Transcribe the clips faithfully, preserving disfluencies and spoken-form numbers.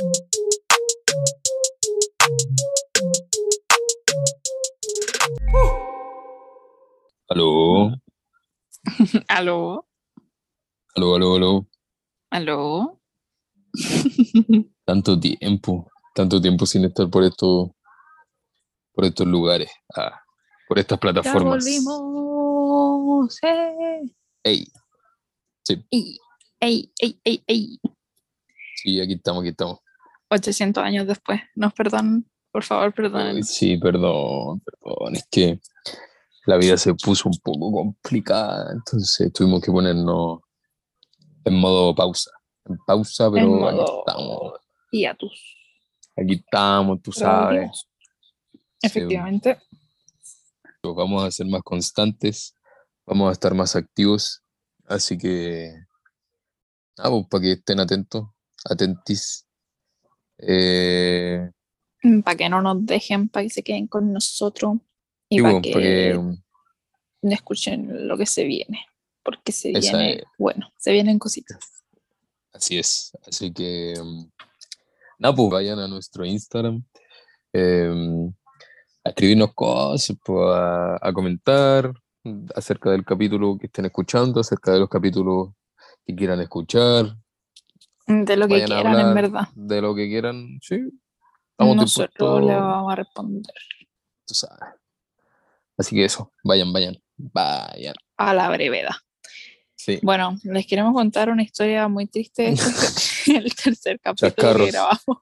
Aló, Aló, aló, aló, aló. aló. Tanto tiempo, tanto tiempo sin estar por estos, por estos lugares, ah, por estas Ya plataformas. volvimos. ¡Eh! Ey, sí, ¡Ey! ¡Ey! ¡Ey! ¡Ey! ¡Ey! sí, aquí estamos, aquí estamos. ochocientos años después. Nos perdonan. Por favor, Uy, perdónenos. sí, perdón, perdón, es que la vida se puso un poco complicada, entonces tuvimos que ponernos en modo pausa. En pausa, En pero aquí estamos, modo hiatus. aquí estamos, tú Pero sabes. volvimos. Sí, Efectivamente. pues vamos a ser más constantes, vamos a estar más activos, así que, ah, pues, para que estén atentos, atentis. Eh, Para que no nos dejen, para que se queden con nosotros y sí, para bueno, para que, que um, escuchen lo que se viene. Porque se esa viene, es, bueno, se vienen cositas. así es. Así que, um, nada, pues vayan a nuestro Instagram, eh, a escribirnos cosas, pues, a, a comentar acerca del capítulo que estén escuchando, acerca de los capítulos que quieran escuchar, De lo que vayan a quieran, en hablar verdad. de lo que quieran, sí, estamos Nosotros le dispuestos, vamos a responder tú sabes. Así que eso, vayan, vayan, vayan. a la brevedad. Sí, Bueno, les queremos contar una historia muy triste. Este es el tercer capítulo que chascarros. grabamos,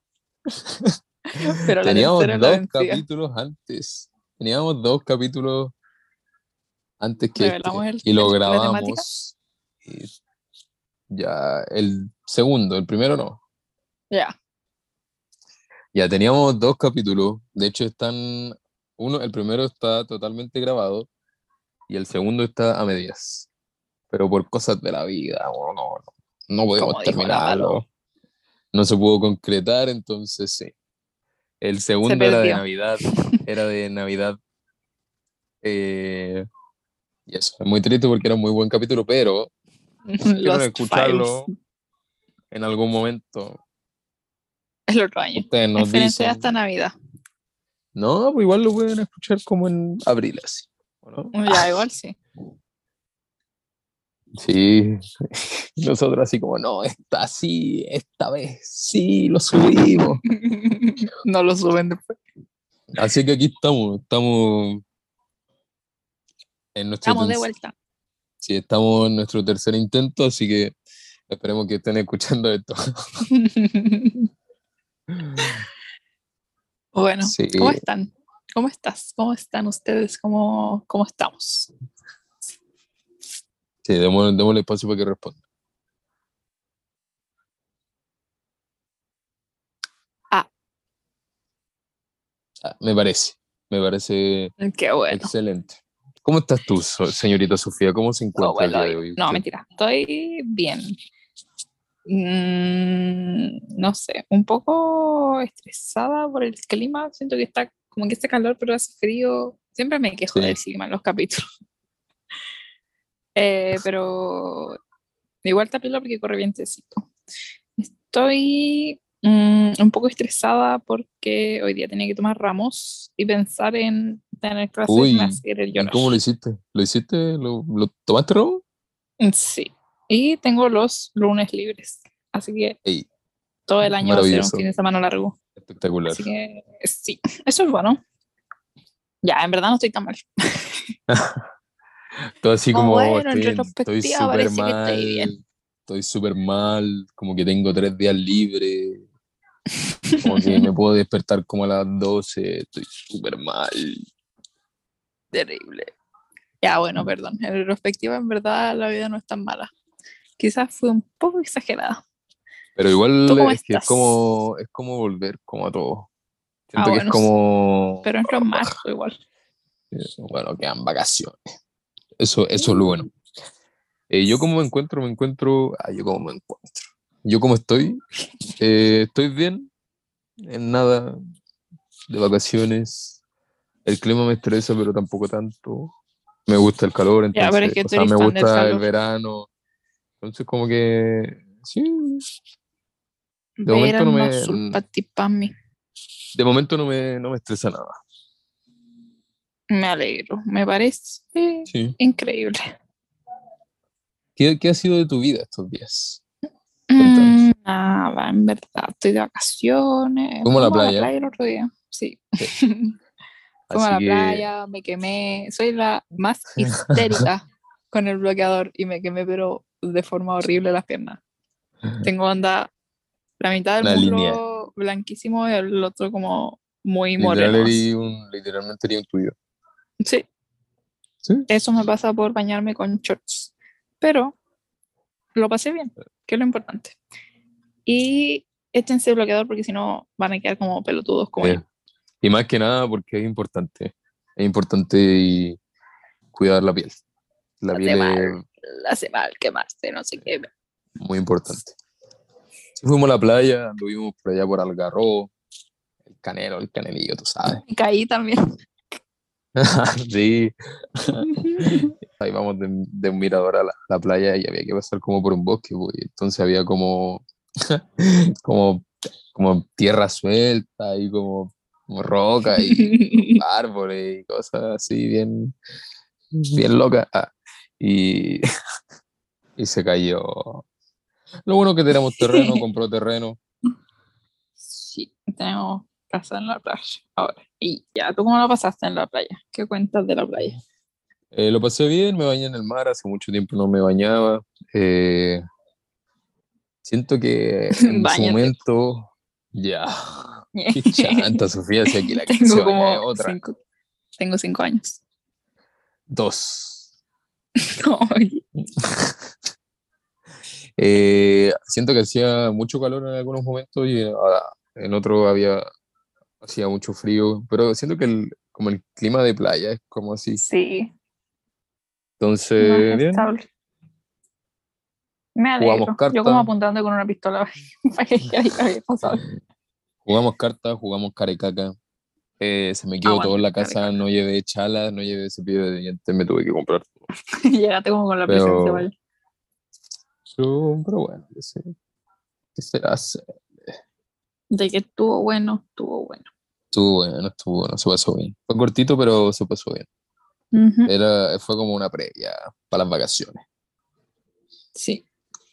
pero la Teníamos tercera es la dos vencida. capítulos antes. Teníamos dos capítulos antes que Revelamos este. el, Y lo el- la temática. grabamos. Y ya el segundo, el primero no. Ya, Ya teníamos dos capítulos. De hecho, están. Uno, el primero está totalmente grabado y el segundo está a medias. Pero por cosas de la vida, no, no, no, no podemos como dijo la Palo, terminarlo. No se pudo concretar, entonces sí. El se segundo era de perdió. Navidad. Era de Navidad. eh, Y eso, es muy triste porque era un muy buen capítulo, pero si quieren Lost Files escucharlo en algún momento, el otro año. ustedes nos Espérense hasta dicen, Navidad. no, pues igual lo pueden escuchar como en abril, así, ¿o no? Ya, igual sí. Sí, nosotros así como, no, esta sí, esta vez sí, lo subimos. No lo suben después. Así que aquí estamos, estamos en nuestro, Estamos ten- de vuelta. sí, estamos en nuestro tercer intento, así que esperemos que estén escuchando esto. Bueno, ¿cómo Sí, están? ¿Cómo estás? ¿Cómo están ustedes? ¿Cómo, cómo estamos? sí, démosle, démosle espacio para que responda. Ah, Ah, me parece, me parece qué bueno. excelente. ¿Cómo estás tú, so- señorita Sofía? ¿Cómo se Todo encuentra el vuelo día de bien. hoy No, usted? mentira. Estoy bien. Mm, no sé, un poco estresada por el clima. Siento que está como que hace calor, pero hace frío. Siempre me quejo del Sí. clima en los capítulos. Eh, pero igual está piola porque corre vientecito. Estoy mm, un poco estresada porque hoy día tenía que tomar ramos y pensar en tener clases me Uy, hace querer ¿y llorar. cómo lo hiciste? ¿Lo hiciste? ¿Lo, lo tomaste, Raúl? Sí. Y tengo los lunes libres. Así que Ey, todo el año va a ser un fin maravilloso, de semana largo. espectacular. Así que sí, eso es bueno. Ya, en verdad no estoy tan mal. Todo así Como como bueno, en estoy, estoy retrospectiva súper parece que estoy bien. mal, estoy súper mal, como que tengo tres días libres, como que me puedo despertar como a las doce, estoy súper mal. Terrible. Ya, bueno, perdón. En retrospectiva, en verdad, la vida no es tan mala. Quizás fue un poco exagerada. Pero ¿Tú igual cómo es que es estás? como, es como volver, como a todo. Ah, Siento que es bueno, sí. como, Pero entro en marzo igual. bueno, quedan vacaciones. Eso, eso es lo bueno. Mm. Eh, yo como me encuentro, me encuentro, ah, yo como me encuentro. Yo como estoy, eh, estoy bien, en nada de vacaciones. El clima me estresa, pero tampoco tanto. Me gusta el calor, Ya, pero es entonces, que o tú sea, eres me fan del gusta el calor. verano. Entonces, como que, sí, De Ver momento no al me, Nosul Patipami. de momento no me, no me estresa nada. Me alegro, me parece Sí. increíble. ¿Qué, qué ha sido de tu vida estos días? Mm, Cuéntanos. nada, en verdad, estoy de vacaciones. Fuimos a la Fuimos a la playa. playa el otro día, sí. Sí. Fuimos a Así la que playa, me quemé. Soy la más histérica con el bloqueador y me quemé, pero de forma horrible las piernas. Tengo onda, la mitad del una línea. muslo blanquísimo y el otro como muy Literal moreno. Así. eres un, literalmente eres un tuyo. Sí, Sí. eso me pasa por bañarme con shorts. Pero lo pasé bien, que es lo importante. Y échense bloqueador porque si no van a quedar como pelotudos como yo. Eh, y más que nada porque es importante. Es importante y cuidar la piel. La piel Hace mal, es hace mal, quemaste, no sé qué. muy importante. Sí, fuimos a la playa, anduvimos por allá por Algarrobo, el Canelo, el Canelillo, tú sabes. Y caí también. Sí, ahí vamos de, de un mirador a la, la playa y había que pasar como por un bosque, pues, y entonces había como, como, como tierra suelta y como, como roca y árboles y cosas así bien, bien locas. Ah, y, y se cayó. Lo bueno que tenemos terreno, compró terreno. Sí, tenemos casa en la playa ahora. Y ya, ¿tú cómo lo pasaste en la playa? ¿Qué cuentas de la playa? Eh, lo pasé bien, me bañé en el mar, hace mucho tiempo no me bañaba. Eh, siento que en su Báñate. momento, ya, qué chanta, Sofía, si aquí la que se Tengo baña es como otra. cinco, tengo cinco años. Dos. Ay, Eh, siento que hacía mucho calor en algunos momentos y ah, en otros había, hacía mucho frío, pero siento que el, como el clima de playa es como así. sí, no es Entonces, bien, estable. Me jugamos alegro. Yo como cartas, apuntando con una pistola para que ahí había pasado. jugamos cartas, jugamos carecaca. Eh, se me quedó todo en Aguante, la casa, caricaca. no llevé chalas, no llevé cepillo de dientes, me tuve que comprar. Llegaste como con la presencia, Pero, ¿vale? pero, pero bueno, qué sé, qué se hace. De que estuvo bueno, estuvo bueno. Estuvo bueno, estuvo bueno, se pasó bien. Fue cortito, pero se pasó bien. Ujú, Era, fue como una previa para las vacaciones. sí.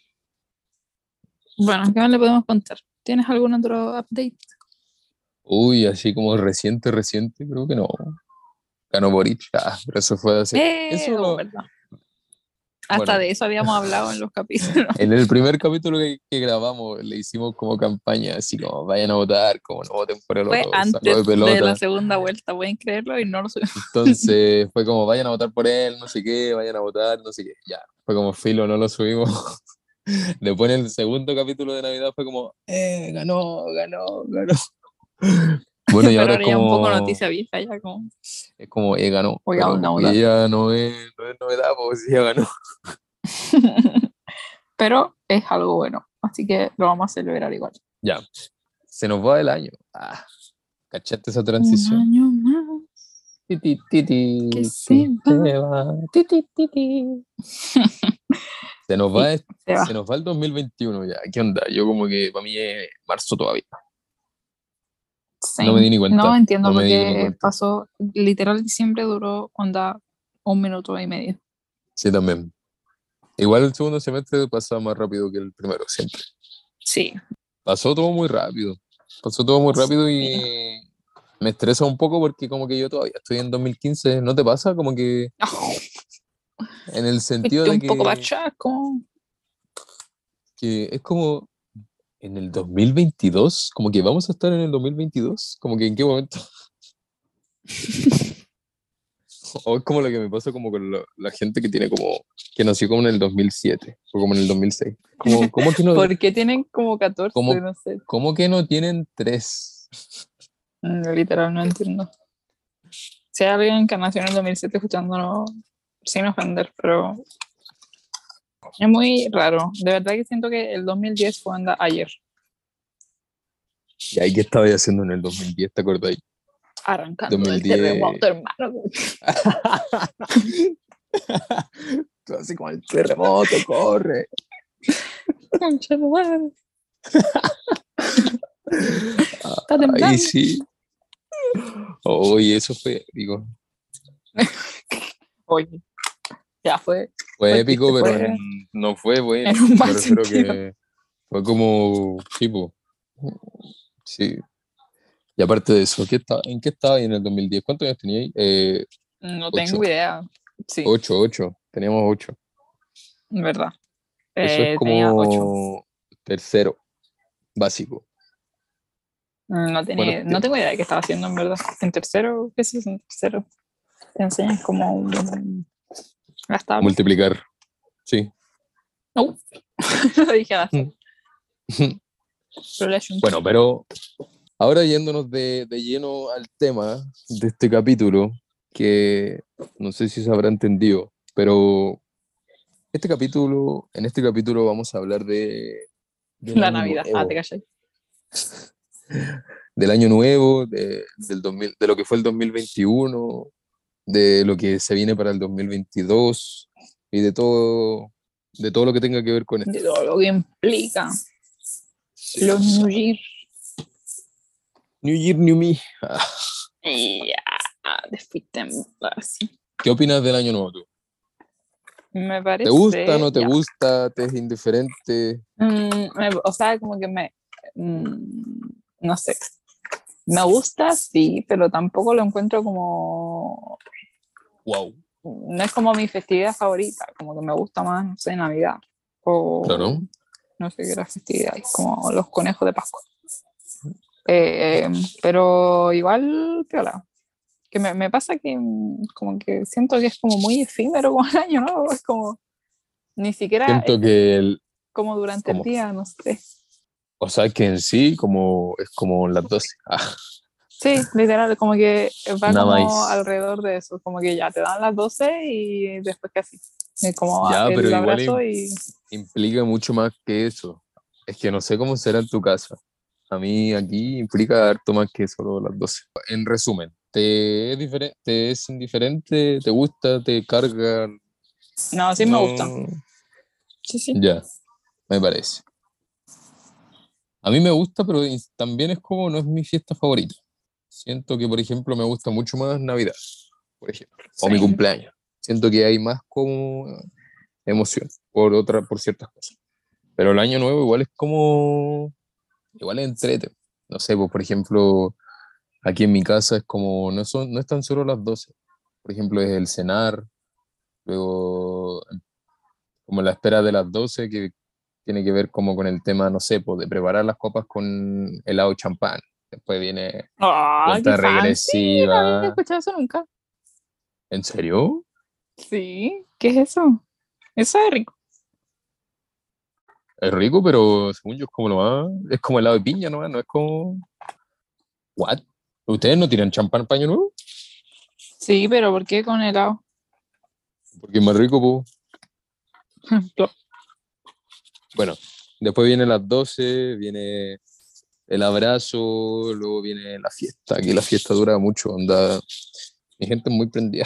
Bueno, ¿qué más le podemos contar? ¿Tienes algún otro update? Uy, así como reciente, reciente, creo que no. Ganó Boric, ah, pero eso fue hace. Eh, Eso oh, lo. verdad. Hasta Bueno, de eso habíamos hablado en los capítulos. en el primer capítulo que, que grabamos le hicimos como campaña, así como vayan a votar, como no voten por el Fue otro, saco de antes de la pelota. segunda vuelta, pueden creerlo y no lo subimos. Entonces fue como, vayan a votar por él, no sé qué, vayan a votar, no sé qué. Ya, fue como filo, no lo subimos. Después en el segundo capítulo de Navidad fue como, eh, ganó, ganó, ganó. Bueno, y Pero ahora es ahora ya un poco como, noticia vieja, ya como, es como, eh, ganó, voy a pero una como votar. que ya no es, no es novedad, pues ya ganó. Pero es algo bueno, así que lo vamos a celebrar igual. Ya, se nos va el año. Ah, ¿cachaste esa Un transición? año más Titi, titi, que sí, se se va. va. Titi, titi. Se nos va, Sí, es- se se va. nos va el dos mil veintiuno ya. ¿Qué onda? Yo como que para mí es marzo todavía. No me di Same. ni No cuenta. entiendo No me por di ni qué cuenta. pasó, literal diciembre duró onda un minuto y medio. Sí, también. Igual el segundo semestre pasa más rápido que el primero, siempre. Sí, Pasó todo muy rápido. Pasó todo muy rápido sí. y me estresa un poco porque como que yo todavía estoy en dos mil quince. ¿No te pasa? Como que en el sentido Fuiste de un poco que, bachaco. que es como en el dos mil veintidós, como que vamos a estar en el dos mil veintidós, como que en qué momento. O es como lo que me pasa como con la, la gente que tiene como, que nació como en el dos mil siete o como en el dos mil seis. Como, ¿cómo que no, Porque tienen como catorce, cómo, no sé. cómo que no tienen tres? Mm, Literal, no entiendo. Si hay alguien que nació en el dos mil siete escuchándonos, sin ofender, pero es muy raro. De verdad que siento que el dos mil diez fue anda ayer, ¿Y ahí qué estaba haciendo en el dos mil diez? ¿Te acuerdas? arrancando del dos mil diez. terremoto, hermano. Tú así como el terremoto, corre. Concha de madre. Está Ay, temblando. sí. Oye, eso fue épico. Oye, ya fue, Fue fue épico, triste, pero fue en- no fue bueno. en un Me mal refiero sentido. que fue como, tipo, sí. Y aparte de eso, ¿qué estaba, ¿en qué estaba ahí en el dos mil diez? ¿Cuántos años tenía ahí? Eh, No ocho, tengo idea. Sí, ocho, ocho. Teníamos ocho. en verdad. Eso es Eh, tenía ocho. como tercero, básico. No Buenos tenía, no tengo tiempos. idea de qué estaba haciendo en verdad. En tercero, ¿qué es eso en tercero? Te enseñan como un- las tablas. Multiplicar, sí. No, lo dije al azar. Relation. Bueno, pero ahora yéndonos de, de lleno al tema de este capítulo, que no sé si se habrá entendido, pero este capítulo, en este capítulo vamos a hablar de, del La año Navidad. Ah, te nuevo, callé. del año nuevo, de, del dos mil, de lo que fue el dos mil veintiuno, de lo que se viene para el dos mil veintidós y de todo, de todo lo que tenga que ver con De esto. todo lo que implica Sí, los pues, New Year. New Year, New Me. Ah, Y ya, te fuiste en así. ¿qué opinas del año nuevo tú? Me ¿Te gusta, parece, no te ya. gusta, te es indiferente? Mm, me- o sea, como que me, mm, no sé, me gusta, sí, pero tampoco lo encuentro como, Wow. no es como mi festividad favorita, como que me gusta más, no sé, Navidad, o Claro. no sé qué era festividad, es como los conejos de Pascua. Eh, pero igual, piola, que me, me pasa que mm, como que siento que es como muy efímero como el año, ¿no? Es como, ni siquiera Siento es que el, como durante el como, día, no sé. o sea, que en sí como es como las doce. Ah, Sí, literal, como que va nada como más. alrededor de eso, como que ya te dan las doce y después casi, es como Ya, pero el igual abrazo im- y implica mucho más que eso. Es que no sé cómo será en tu casa. A mí aquí implica harto más que solo las doce. En resumen, ¿te es diferente, te es indiferente, te gusta, te carga? no, sí me gusta. No, Sí, sí. ya, me parece. A mí me gusta, pero es- también es como no es mi fiesta favorita. Siento que, por ejemplo, me gusta mucho más Navidad, por ejemplo, o mi Sí. cumpleaños. Siento que hay más como emoción por otra, por ciertas cosas. Pero el año nuevo igual es como, igual es entrete. No sé, pues por ejemplo, aquí en mi casa es como, no son, no es tan solo las doce. Por ejemplo, es el cenar, luego como la espera de las doce que tiene que ver como con el tema, no sé, pues de preparar las copas con helado y champán. Después viene Ah, qué cuenta fancy, no había regresiva. escuchado eso nunca. ¿En serio? Sí, ¿qué es eso? Eso es rico. Es rico, pero según yo es como lo más, es como helado de piña nomás, no es como, ¿what? ¿Ustedes no tiran champán paño nuevo? Sí, pero ¿por qué con helado? Porque es más rico, pues. Plop. Bueno, después vienen las doce, viene el abrazo, luego viene la fiesta. Aquí la fiesta dura mucho, onda. Mi gente es muy prendida.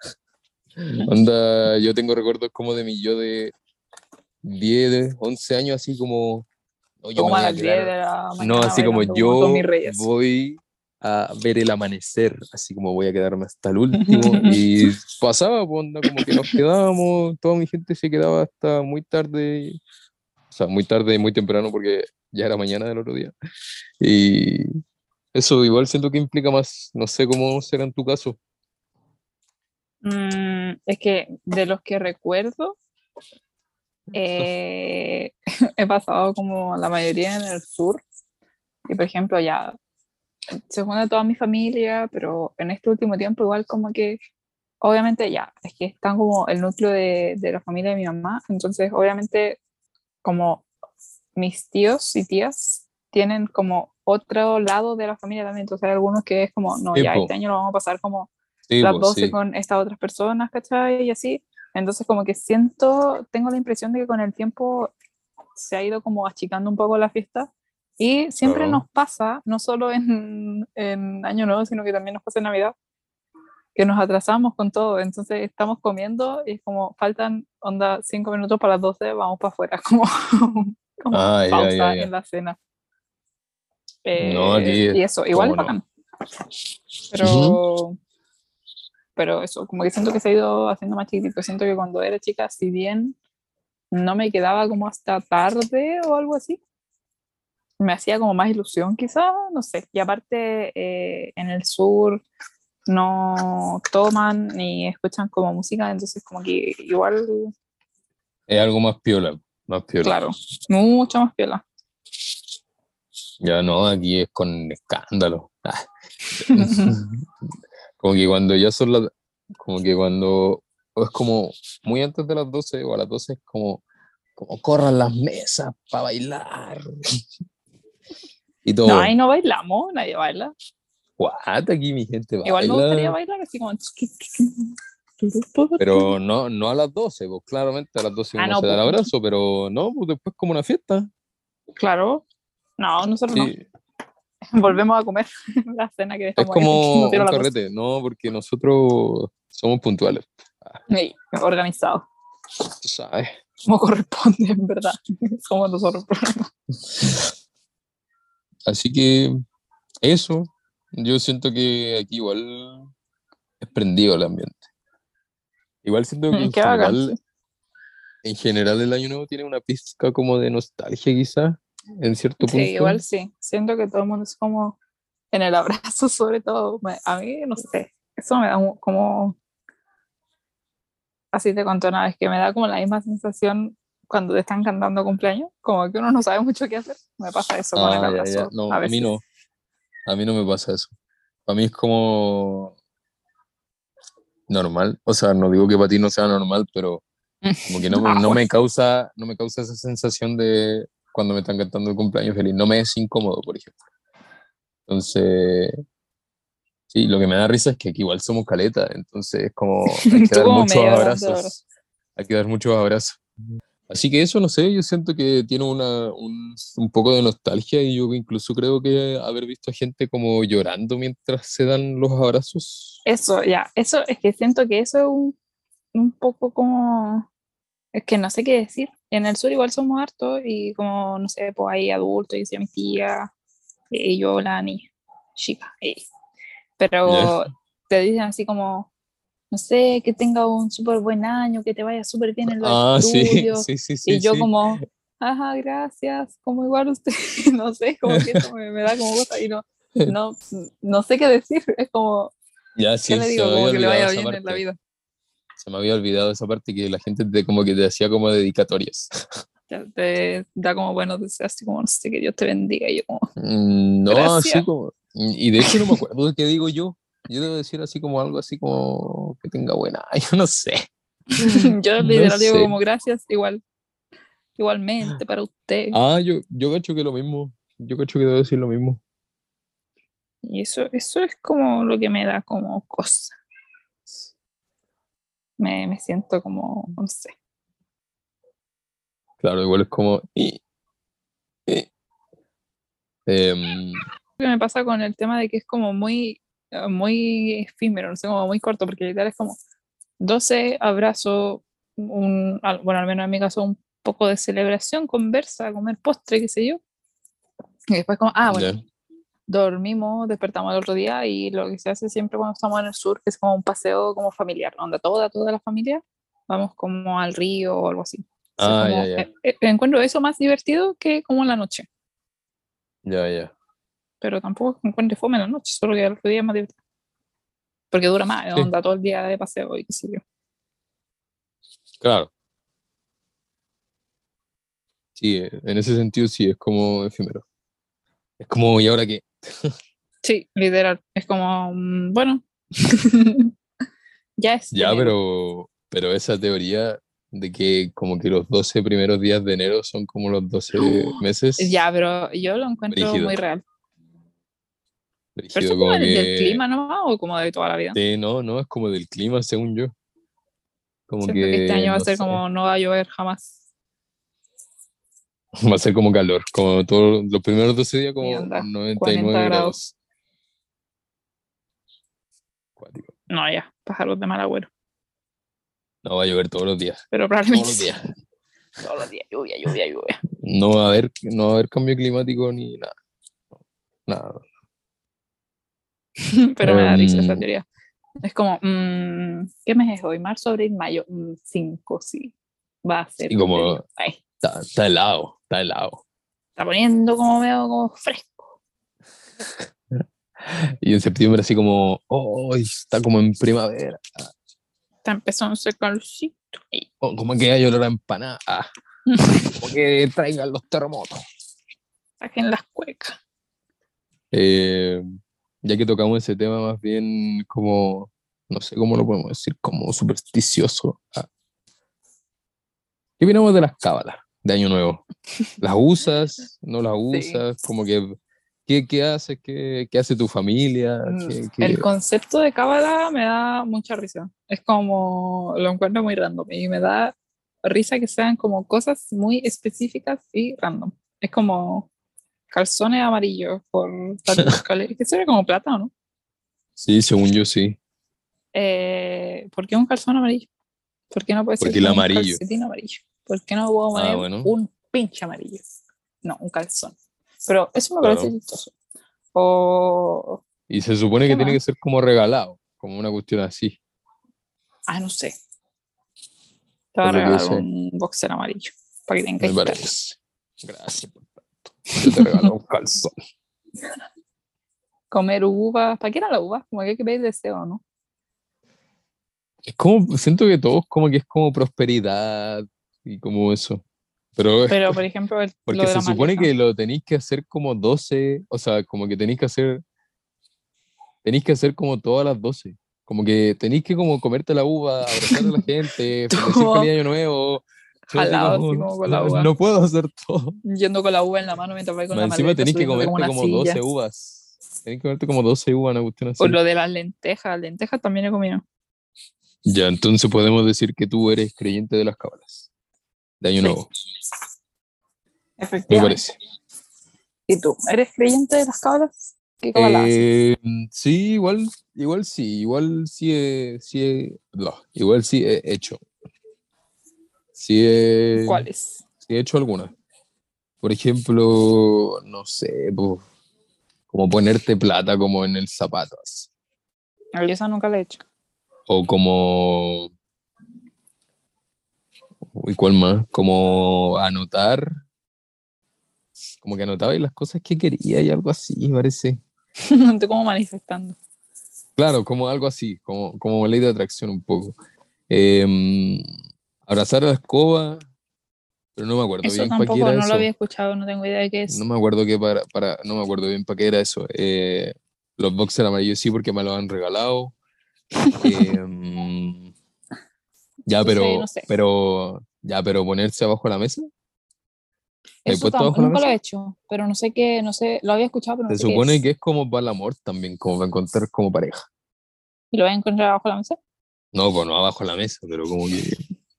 Onda, yo tengo recuerdos como de mi yo de diez once años, así como, no, yo me Como a voy a las diez quedar, de la no, mañana así como bailando como Tommy yo Reyes. voy a ver el amanecer, así como voy a quedarme hasta el último. Y pasaba, pues, onda, como que nos quedábamos, toda mi gente se quedaba hasta muy tarde, o sea, muy tarde y muy temprano porque ya era mañana del otro día. Y eso igual siento que implica más, no sé cómo será en tu caso. Mm, es que de los que recuerdo, eh, he pasado como la mayoría en el sur. Y por ejemplo, ya se junta toda mi familia, pero en este último tiempo igual como que, obviamente ya, es que están como el núcleo de, de la familia de mi mamá, entonces obviamente como mis tíos y tías tienen como otro lado de la familia también, entonces hay algunos que es como, no, Sí, ya este pues, año lo vamos a pasar como sí, las pues, doce sí. con estas otras personas, ¿cachai? Y así, entonces como que siento, tengo la impresión de que con el tiempo se ha ido como achicando un poco la fiesta. Y siempre Claro. nos pasa, no solo en, en Año Nuevo, sino que también nos pasa en Navidad, que nos atrasamos con todo. Entonces estamos comiendo y es como faltan, onda, cinco minutos para las doce, vamos para afuera, como, como Ah, ya, ya, pausa en ya. la cena. No, Eh, aquí y es eso, igual como es no. bacán. Pero, pero eso, como que siento que se ha ido haciendo más chiquitito. Siento que cuando era chica, si bien no me quedaba como hasta tarde o algo así, me hacía como más ilusión quizá, no sé. Y aparte, eh, en el sur no toman ni escuchan como música, entonces como que igual, Es algo más piola, más piola. claro, mucho más piola. Ya no, aquí es con escándalo. Ah. Como que cuando ya son las, como que cuando o es como muy antes de las doce o a las doce es como, como corran las mesas para bailar. Y No, ahí todo, no bailamos, nadie baila. what, aquí mi gente Igual me gustaría baila. bailar así como... Pero no, no a las doce pues claramente a las doce Ah, uno no, se da el pues, abrazo, pero no, pues después como una fiesta. claro. No, nosotros no. Sí, Volvemos a comer la cena que es dejamos ahí porque como nos un dieron las doce. carrete, no, porque nosotros somos puntuales. Ah, Sí, organizado, tú sabes. como corresponde, en verdad. Somos nosotros. Así que eso, yo siento que aquí igual es prendido el ambiente. Igual siento que en Qué bacán. general, en general el año nuevo tiene una pizca como de nostalgia quizás, en cierto Sí, punto. igual sí. Siento que todo el mundo es como en el abrazo, sobre todo. Me- A mí, no sé, eso me da un- como, así te conté una vez, que me da como la misma sensación cuando te están cantando cumpleaños, como que uno no sabe mucho qué hacer. Me pasa eso con el Ah, ya, ya. abrazo No, a a mí veces. no, a mí no me pasa eso. A mí es como normal, o sea, no digo que para ti no sea normal, pero como que no, me- Ah, no bueno. me causa, no me causa esa sensación de cuando me están cantando el cumpleaños feliz, no me es incómodo, por ejemplo. Entonces, sí, lo que me da risa es que aquí igual somos caleta, entonces es como hay que Tú dar como muchos medio dando el abrazo. abrazos, hay que dar muchos abrazos. Así que eso, no sé, yo siento que tiene una, un, un poco de nostalgia y yo incluso creo que haber visto a gente como llorando mientras se dan los abrazos. Eso, ya, eso es que siento que eso es un, un poco como, es que no sé qué decir. En el sur igual somos hartos y como, no sé, pues hay adultos, y decía mi tía, y yo, la niña, chica, eh. ¿Ya? Pero te dicen así como, no sé, que tenga un súper buen año, que te vaya súper bien en los Ah, sí, estudios, sí, sí, sí, y yo sí. como, ajá, gracias, como igual usted, no sé, como que eso me, me da como cosa y no, no, no sé qué decir, es como, Ya, ¿qué sí, le se digo? me Como había que le olvidado vaya esa bien en la parte. vida. Se me había olvidado esa parte que la gente te, como que te hacía como dedicatorias. Te, te da como buenos deseos, así como, no sé, que Dios te bendiga, y yo como, Mm, no, así gracias. como. Y de hecho no me acuerdo de qué digo yo. Yo debo decir así como algo así como que tenga buena. Yo no sé. Yo No literal digo sé. como, gracias, igual, igualmente para usted. Ah, yo, yo cacho que lo mismo. Yo cacho que debo decir lo mismo. Y eso, eso es como lo que me da como cosa. Me, me siento como, no sé. Claro, igual es como. y- y, em, Lo que me pasa con el tema de que es como muy, eh, muy efímero, no sé, como muy corto, porque literal es como doce abrazo, un, al- bueno, al menos en mi caso, un poco de celebración, conversa, comer postre, qué sé yo. Y después como, ah, bueno, ya, dormimos, despertamos el otro día y lo que se hace siempre cuando estamos en el sur es como un paseo como familiar, donde toda, toda la familia vamos como al río o algo así. Entonces ah, ya, como ya. eh, eh, encuentro eso más divertido que como en la noche, Ya, ya. pero tampoco encuentro fome en la noche, solo que el otro día es más divertido, porque dura más, Sí, onda todo el día de paseo y qué sé yo. claro. Sí, eh, en ese sentido sí, es como efímero. Es como, ¿y ahora qué? Sí, literal, es como, mm, bueno, ya es Ya, enero. pero, pero esa teoría de que como que los doce primeros días de enero son como los doce Ya, meses, pero yo lo encuentro rígido, muy real. Pero eso rígido, es como como del, del que, clima, ¿no? O como de toda la vida. sí, no, no, es como del clima, según yo, como Siento que este que, año va a no ser sé, como no va a llover jamás. va a ser como calor, como todos los primeros doce días Y como anda, noventa y cuarenta nueve grados. grados. Cuático. No, ya, pájaros de mal agüero. No va a llover todos los días, Pero todos probablemente los sí. días. Todos los días, lluvia, lluvia, lluvia. No va a haber, no va a haber cambio climático ni nada. nada. Pero me da risa esa Em, teoría. Es como, mm, ¿qué mes es hoy? Marzo, abril, mayo. cinco, sí. Va a ser y como febrero. Ay, está, está helado, está helado. está poniendo como medio como fresco. Y en septiembre así como, oh, está como en primavera. Está empezando a hacer calorcito. Ay. Oh, como que hay olor a empanada. Ah, como que traigan los terremotos. Saquen las cuecas. Eh, ya que tocamos ese tema más bien como, no sé cómo lo podemos decir, como supersticioso. Ah, ¿qué opinamos de las cábalas de Año Nuevo? ¿Las usas? ¿No las Sí. usas? Como que, ¿qué, qué haces? ¿Qué, qué hace tu familia? Mm, ¿Qué, El qué? concepto de cábala me da mucha risa. Es como, lo encuentro muy random y me da risa que sean como cosas muy específicas y random. Es como calzones amarillos por tal, cal- que sería como plata, ¿o no? Sí, según yo sí, Eh, ¿por qué un calzón amarillo? ¿Por qué no puede ser porque el como un amarillo. calcetín amarillo? ¿Por qué no puedo Ah, poner bueno, un pinche amarillo? No, un calzón. Pero eso me parece claro. chistoso. O, Y se supone ¿qué que tiene más? que ser como regalado, como una cuestión así, Ah, no sé. Te voy por a lo que regalar sé, un boxer amarillo para que me tengáis plata. parece. Gracias por tanto. Yo te regalo un calzón. Comer uvas. ¿Para qué era la uva? Como que hay que pedir deseo, ¿no? Es como, siento que todos como que es como prosperidad y como eso. Pero es Pero, por ejemplo, el- lo porque de se la supone maleza. que lo tenéis que hacer como doce, o sea, como que tenéis que hacer, tenéis que hacer como todas las doce. Como que tenéis que como comerte la uva, abrazar a la gente, decir Todo feliz año nuevo. Yo así jalado, así como, como con la uva. no puedo hacer todo. Yendo con la uva en la mano mientras vais con Más la encima maleta tenéis que subiéndote como comerte una como silla. doce uvas. Tenéis que comerte como doce uvas, una cuestión O así. lo de las lentejas. Lentejas también he comido. Ya, entonces podemos decir que tú eres creyente de las cábalas, de Año Sí, Nuevo, me efectivamente. parece. ¿Y tú? ¿Eres creyente de las cabras? ¿Qué cabala haces? Eh, sí, igual, igual sí, igual sí he, sí he- no, igual sí he hecho. Sí he, ¿Cuáles? sí he hecho algunas. Por ejemplo, no sé, po, como ponerte plata como en el zapato, así. Yo esa nunca la he hecho. O como, ¿y cuál más? Como anotar, como que anotaba y las cosas que quería y algo así, parece. Estoy como manifestando. Claro, como algo así, como, como ley de atracción un poco. Em, abrazar a la escoba, pero no me acuerdo Eso bien para qué tampoco, era no lo había eso. escuchado, no tengo idea de qué No es. me acuerdo qué para, para, no me acuerdo bien para qué era eso. Eh, los boxers amarillos sí, porque me los han regalado. Em, ya, Entonces, pero, no sé. pero, ya, pero ponerse abajo de la mesa. ¿Te has Eso puesto tam- abajo de la nunca lo mesa? he hecho, pero no sé qué, no sé, lo había escuchado, pero no Se sé qué supone es. que es como para el amor también, como para encontrar como pareja. ¿Y lo voy a encontrar abajo de la mesa? No, pues no abajo de la mesa, pero como que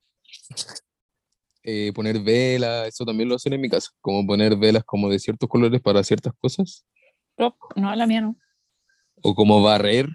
eh, poner velas, eso también lo hacen en mi casa, como poner velas como de ciertos colores para ciertas cosas, Pero no, la mía no. o como barrer,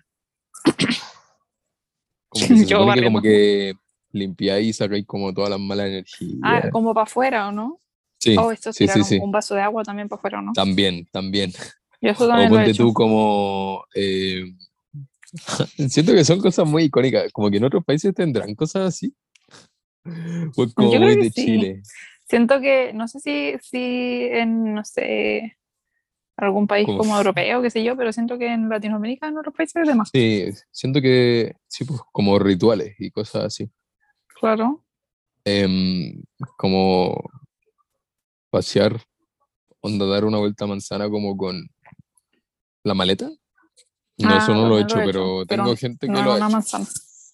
como que se Yo supone que como barriendo. que limpiáis y sacáis como todas las malas Ah, energías. como para afuera, ¿o no? Sí, O esto es sí, tirar sí, un, sí, un vaso de agua también para afuera, ¿o no? también, también. Yo eso O también lo he ponte hecho. tú como, eh, siento que son cosas muy icónicas, como que en otros países tendrán cosas así, pues como Yo muy creo que de sí. Chile, Siento que, no sé si, si en, no sé, algún país como, como europeo, qué sé yo, pero siento que en Latinoamérica, en otros países, demás. sí, siento que, sí, pues como rituales y cosas así. Claro. Em, como pasear, onda dar una vuelta a manzana como con la maleta. No, eso Ah, no lo he también lo hecho, he hecho, pero pero tengo gente no que es lo ha una hecho. manzana.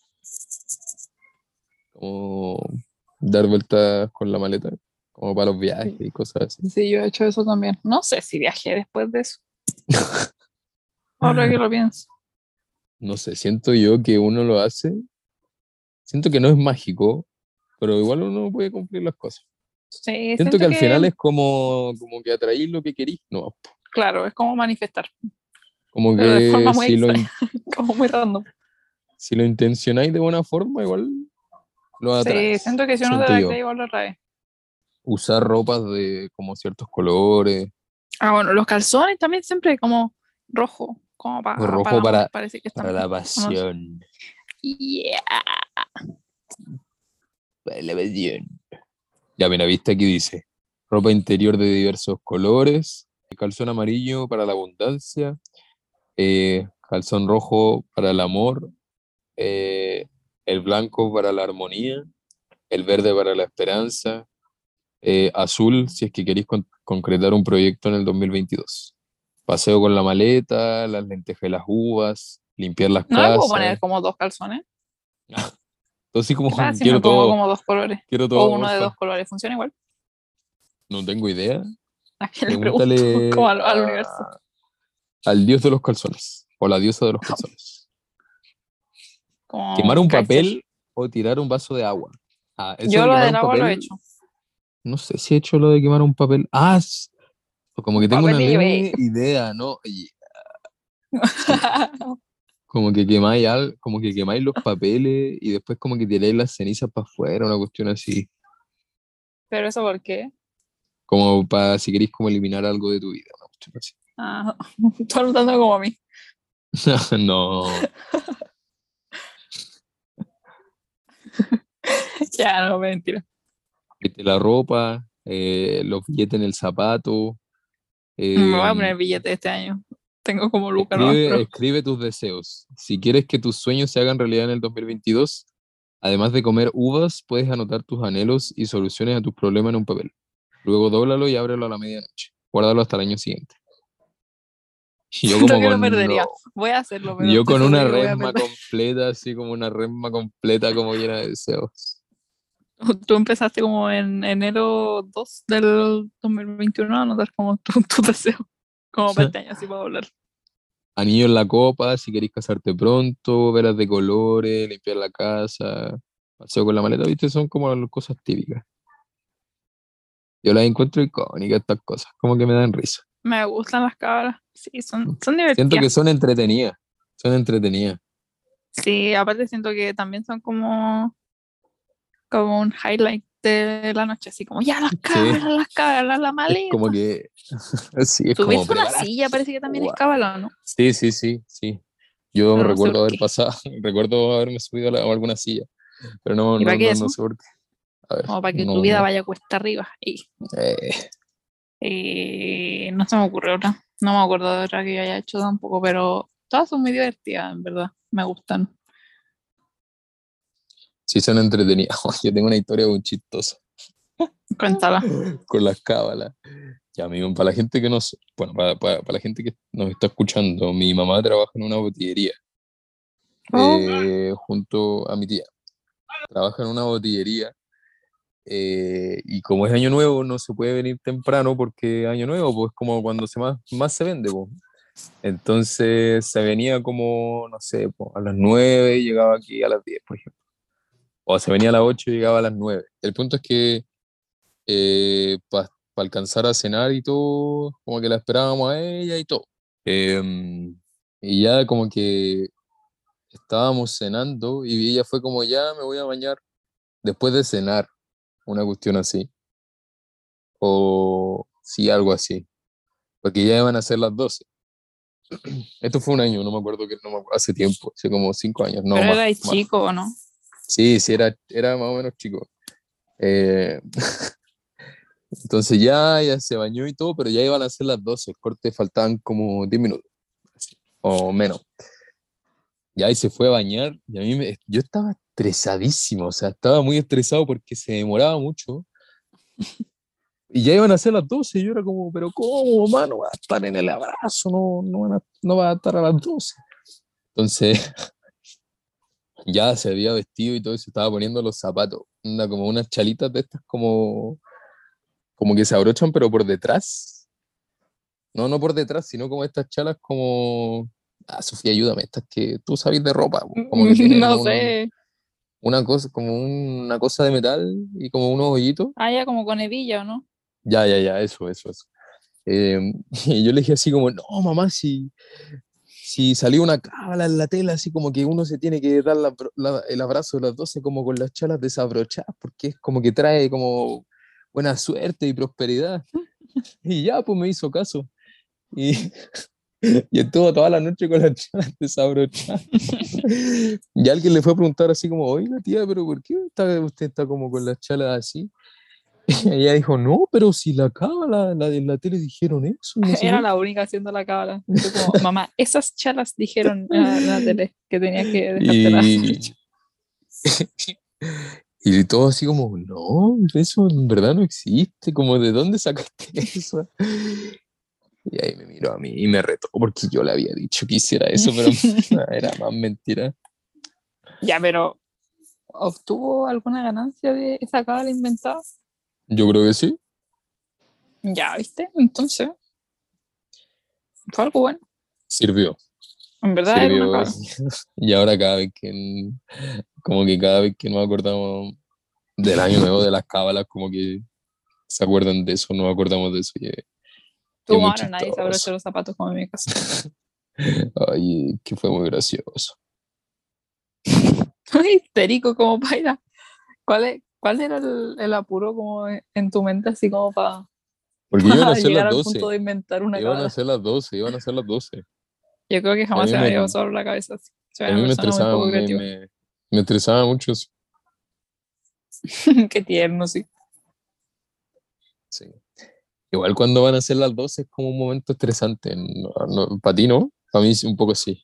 Como dar vueltas con la maleta, como para los viajes Sí, y cosas así. sí, yo he hecho eso también. No sé si viajé después de eso, ahora que lo pienso. No sé, siento yo que uno lo hace, siento que no es mágico, pero igual uno puede cumplir las cosas. Sí, Siento que siento al final que, es como, como que atraís lo que querís, no, claro, es como manifestar, como pero de que forma muy si lo, extraña, in- como muy random. si lo intencionáis de buena forma, igual lo Sí, atraes, siento que si uno te siento la yo. cree, igual lo trae. Usar ropas de como ciertos colores, Ah, bueno, los calzones también siempre como rojo, como para Rojo el amor, para, parece que para están. la No sé. pasión. Yeah. Para la pasión. Ya, mira, viste aquí dice, ropa interior de diversos colores, calzón amarillo para la abundancia, eh, calzón rojo para el amor, eh, el blanco para la armonía, el verde para la esperanza, eh, azul si es que queréis con- concretar un proyecto en el dos mil veintidós. Paseo con la maleta, las lentejas y las uvas, limpiar las No me puedo casas. poner como dos calzones. Entonces, como ¿Qué pasa si me quiero pongo todo, como dos colores? quiero O todo, uno de dos porfa. colores, ¿funciona igual? No tengo idea. ¿A quién le pregunto? Como Pregúntale al, al universo. a- al dios de los calzones o la diosa de los calzones. ¿Quemar Como un Kaiser. papel o tirar un vaso de agua? Ah, eso Yo de lo quemar del un agua lo he papel, hecho. no sé si he hecho lo de quemar un papel. Ah, s- como que Un tengo una papelillo, eh. leve idea, ¿no? Oye, sí, como que quemáis al, como que quemáis los papeles y después como que tiráis las cenizas para afuera, una cuestión así. Pero eso, ¿por qué? Como para si queréis como eliminar algo de tu vida, una cuestión así. Ah, estoy notando como a mí. No, Ya, no, mentira. viste la ropa, eh, los billetes en el zapato. Me eh, voy a poner billete este año. Tengo como Luca, ¿no? escribe, Pero escribe tus deseos. Si quieres que tus sueños se hagan realidad en el dos mil veintidós, además de comer uvas, puedes anotar tus anhelos y soluciones a tus problemas en un papel. Luego dóblalo y ábrelo a la medianoche. Guárdalo hasta el año siguiente. Y yo siento como que lo con, perdería. no, Voy a hacerlo, pero yo estoy con segura una que lo voy a resma perder. completa, así como una resma completa como llena de deseos. Tú empezaste como en enero dos del dos mil veintiuno a anotar como tu, tu deseo. Como pestañas así para volar. Anillo en la copa, si queréis casarte pronto, velas de colores, limpiar la casa, paseo con la maleta, ¿viste? Son como las cosas típicas. Yo las encuentro icónicas estas cosas, como que me dan risa. Me gustan las cabras. Sí, son, son Siento divertidas. que son entretenidas, son entretenidas. Sí, aparte siento que también son como, como un highlight de la noche. Así como, ya las cabras, Sí, las cabras, la es como maleta. que, sí, es como Subirse a una preparar. silla parece que también es Guau. cábala, ¿no? Sí, sí, sí, sí. Yo Pero no sé recuerdo por haber qué. pasado, recuerdo haberme subido a, la- a alguna silla, pero no, ¿Y no, para qué no, no eso? sé por qué. A ver, Como para que tu no, vida no. vaya cuesta arriba. Y Eh, eh, no se me ocurre otra. No me acuerdo de otra que yo haya hecho tampoco, pero todas son muy divertidas, en verdad. Me gustan. sí, son entretenidas. Yo tengo una historia muy chistosa Cuéntala. con las cábalas. Ya, amigo, para la gente que nos, bueno, para, para, para la gente que nos está escuchando, mi mamá trabaja en una botillería Oh, eh, junto a mi tía. Trabaja en una botillería eh, y como es año nuevo no se puede venir temprano porque año nuevo pues como cuando se más, más se vende pues. Entonces se venía como, no sé, pues, a las nueve y llegaba aquí a las diez por ejemplo. O se venía a las ocho y llegaba a las nueve. El punto es que para alcanzar a cenar y todo, como que la esperábamos a ella y todo. Em, y ya como que estábamos cenando y ella fue como, ya me voy a bañar después de cenar, una cuestión así. O sí, algo así. Porque ya iban a ser las doce. Esto fue un año, no me acuerdo que no me acuerdo, hace tiempo, hace como cinco años, no pero más, erais más. chico, ¿o no? Sí, sí, era, era más o menos chico. Eh, entonces ya, ya se bañó y todo, pero ya iban a ser las doce. El corte faltaban como diez minutos, así, o menos. Ya y se fue a bañar y a mí me, yo estaba estresadísimo, o sea, estaba muy estresado porque se demoraba mucho y ya iban a ser las doce y yo era como, pero ¿cómo, mano? Va a estar en el abrazo, no, no, van a- no va a estar a las doce. Entonces ya se había vestido y todo y se estaba poniendo los zapatos, una, como unas chalitas de estas como, como que se abrochan pero por detrás, no, no por detrás, sino como estas chalas como, ah, Sofía, ayúdame, estas que tú sabes de ropa, como que tienen No un sé. una cosa, como una cosa de metal y como unos hoyitos. Ah, ya como con hebilla, ¿o no? Ya, ya, ya, eso, eso, eso. Eh, y yo le dije así como, no, mamá, si, si salió una cábala en la tela, así como que uno se tiene que dar la- la- el abrazo de las doce como con las chalas desabrochadas, porque es como que trae como buena suerte y prosperidad. Y ya, pues me hizo caso. Y, y estuvo toda la noche con las chalas desabrochadas. Y alguien le fue a preguntar así como, oiga tía, pero ¿por qué está, usted está como con las chalas así? Y ella dijo, no, pero si la cámara, la de la tele dijeron eso, y no sé Era qué. la única haciendo la cábala. Y tú como, mamá, esas chalas dijeron en la, en la tele que tenías que dejarte la Y, y todo así como, no, eso en verdad no existe, como, ¿de dónde sacaste eso? Y ahí me miró a mí y me retó porque yo le había dicho que hiciera eso, pero era más mentira. Ya, pero ¿obtuvo alguna ganancia de esa cábala inventada? Yo creo que sí, Ya, ¿viste? Entonces, fue algo bueno. sirvió, En verdad era una sirvió. cábala. Y ahora cada vez que, como que cada vez que nos acordamos del año nuevo, de las cábalas, como que se acuerdan de eso, nos acordamos de eso y es, y es Tú, muy ahora nadie se abrocha chistoso. los zapatos como en mi casa. Ay, que fue muy gracioso. Muy histérico como para. ¿Cuál, es, cuál era el, el apuro como en tu mente así como para Porque iban a ser llegar las al punto doce, de inventar una iban a cábala? ser las doce, iban a ser las doce. Yo creo que Y a jamás mí se me habría me, pasado por la cabeza así. Soy a una mí me persona muy estresaba, poco me, creativa. me, me estresaba mucho eso. Qué tierno, sí. Sí. Igual cuando van a ser las doce es como un momento estresante. No, no, para ti, ¿no? Para mí sí, un poco sí.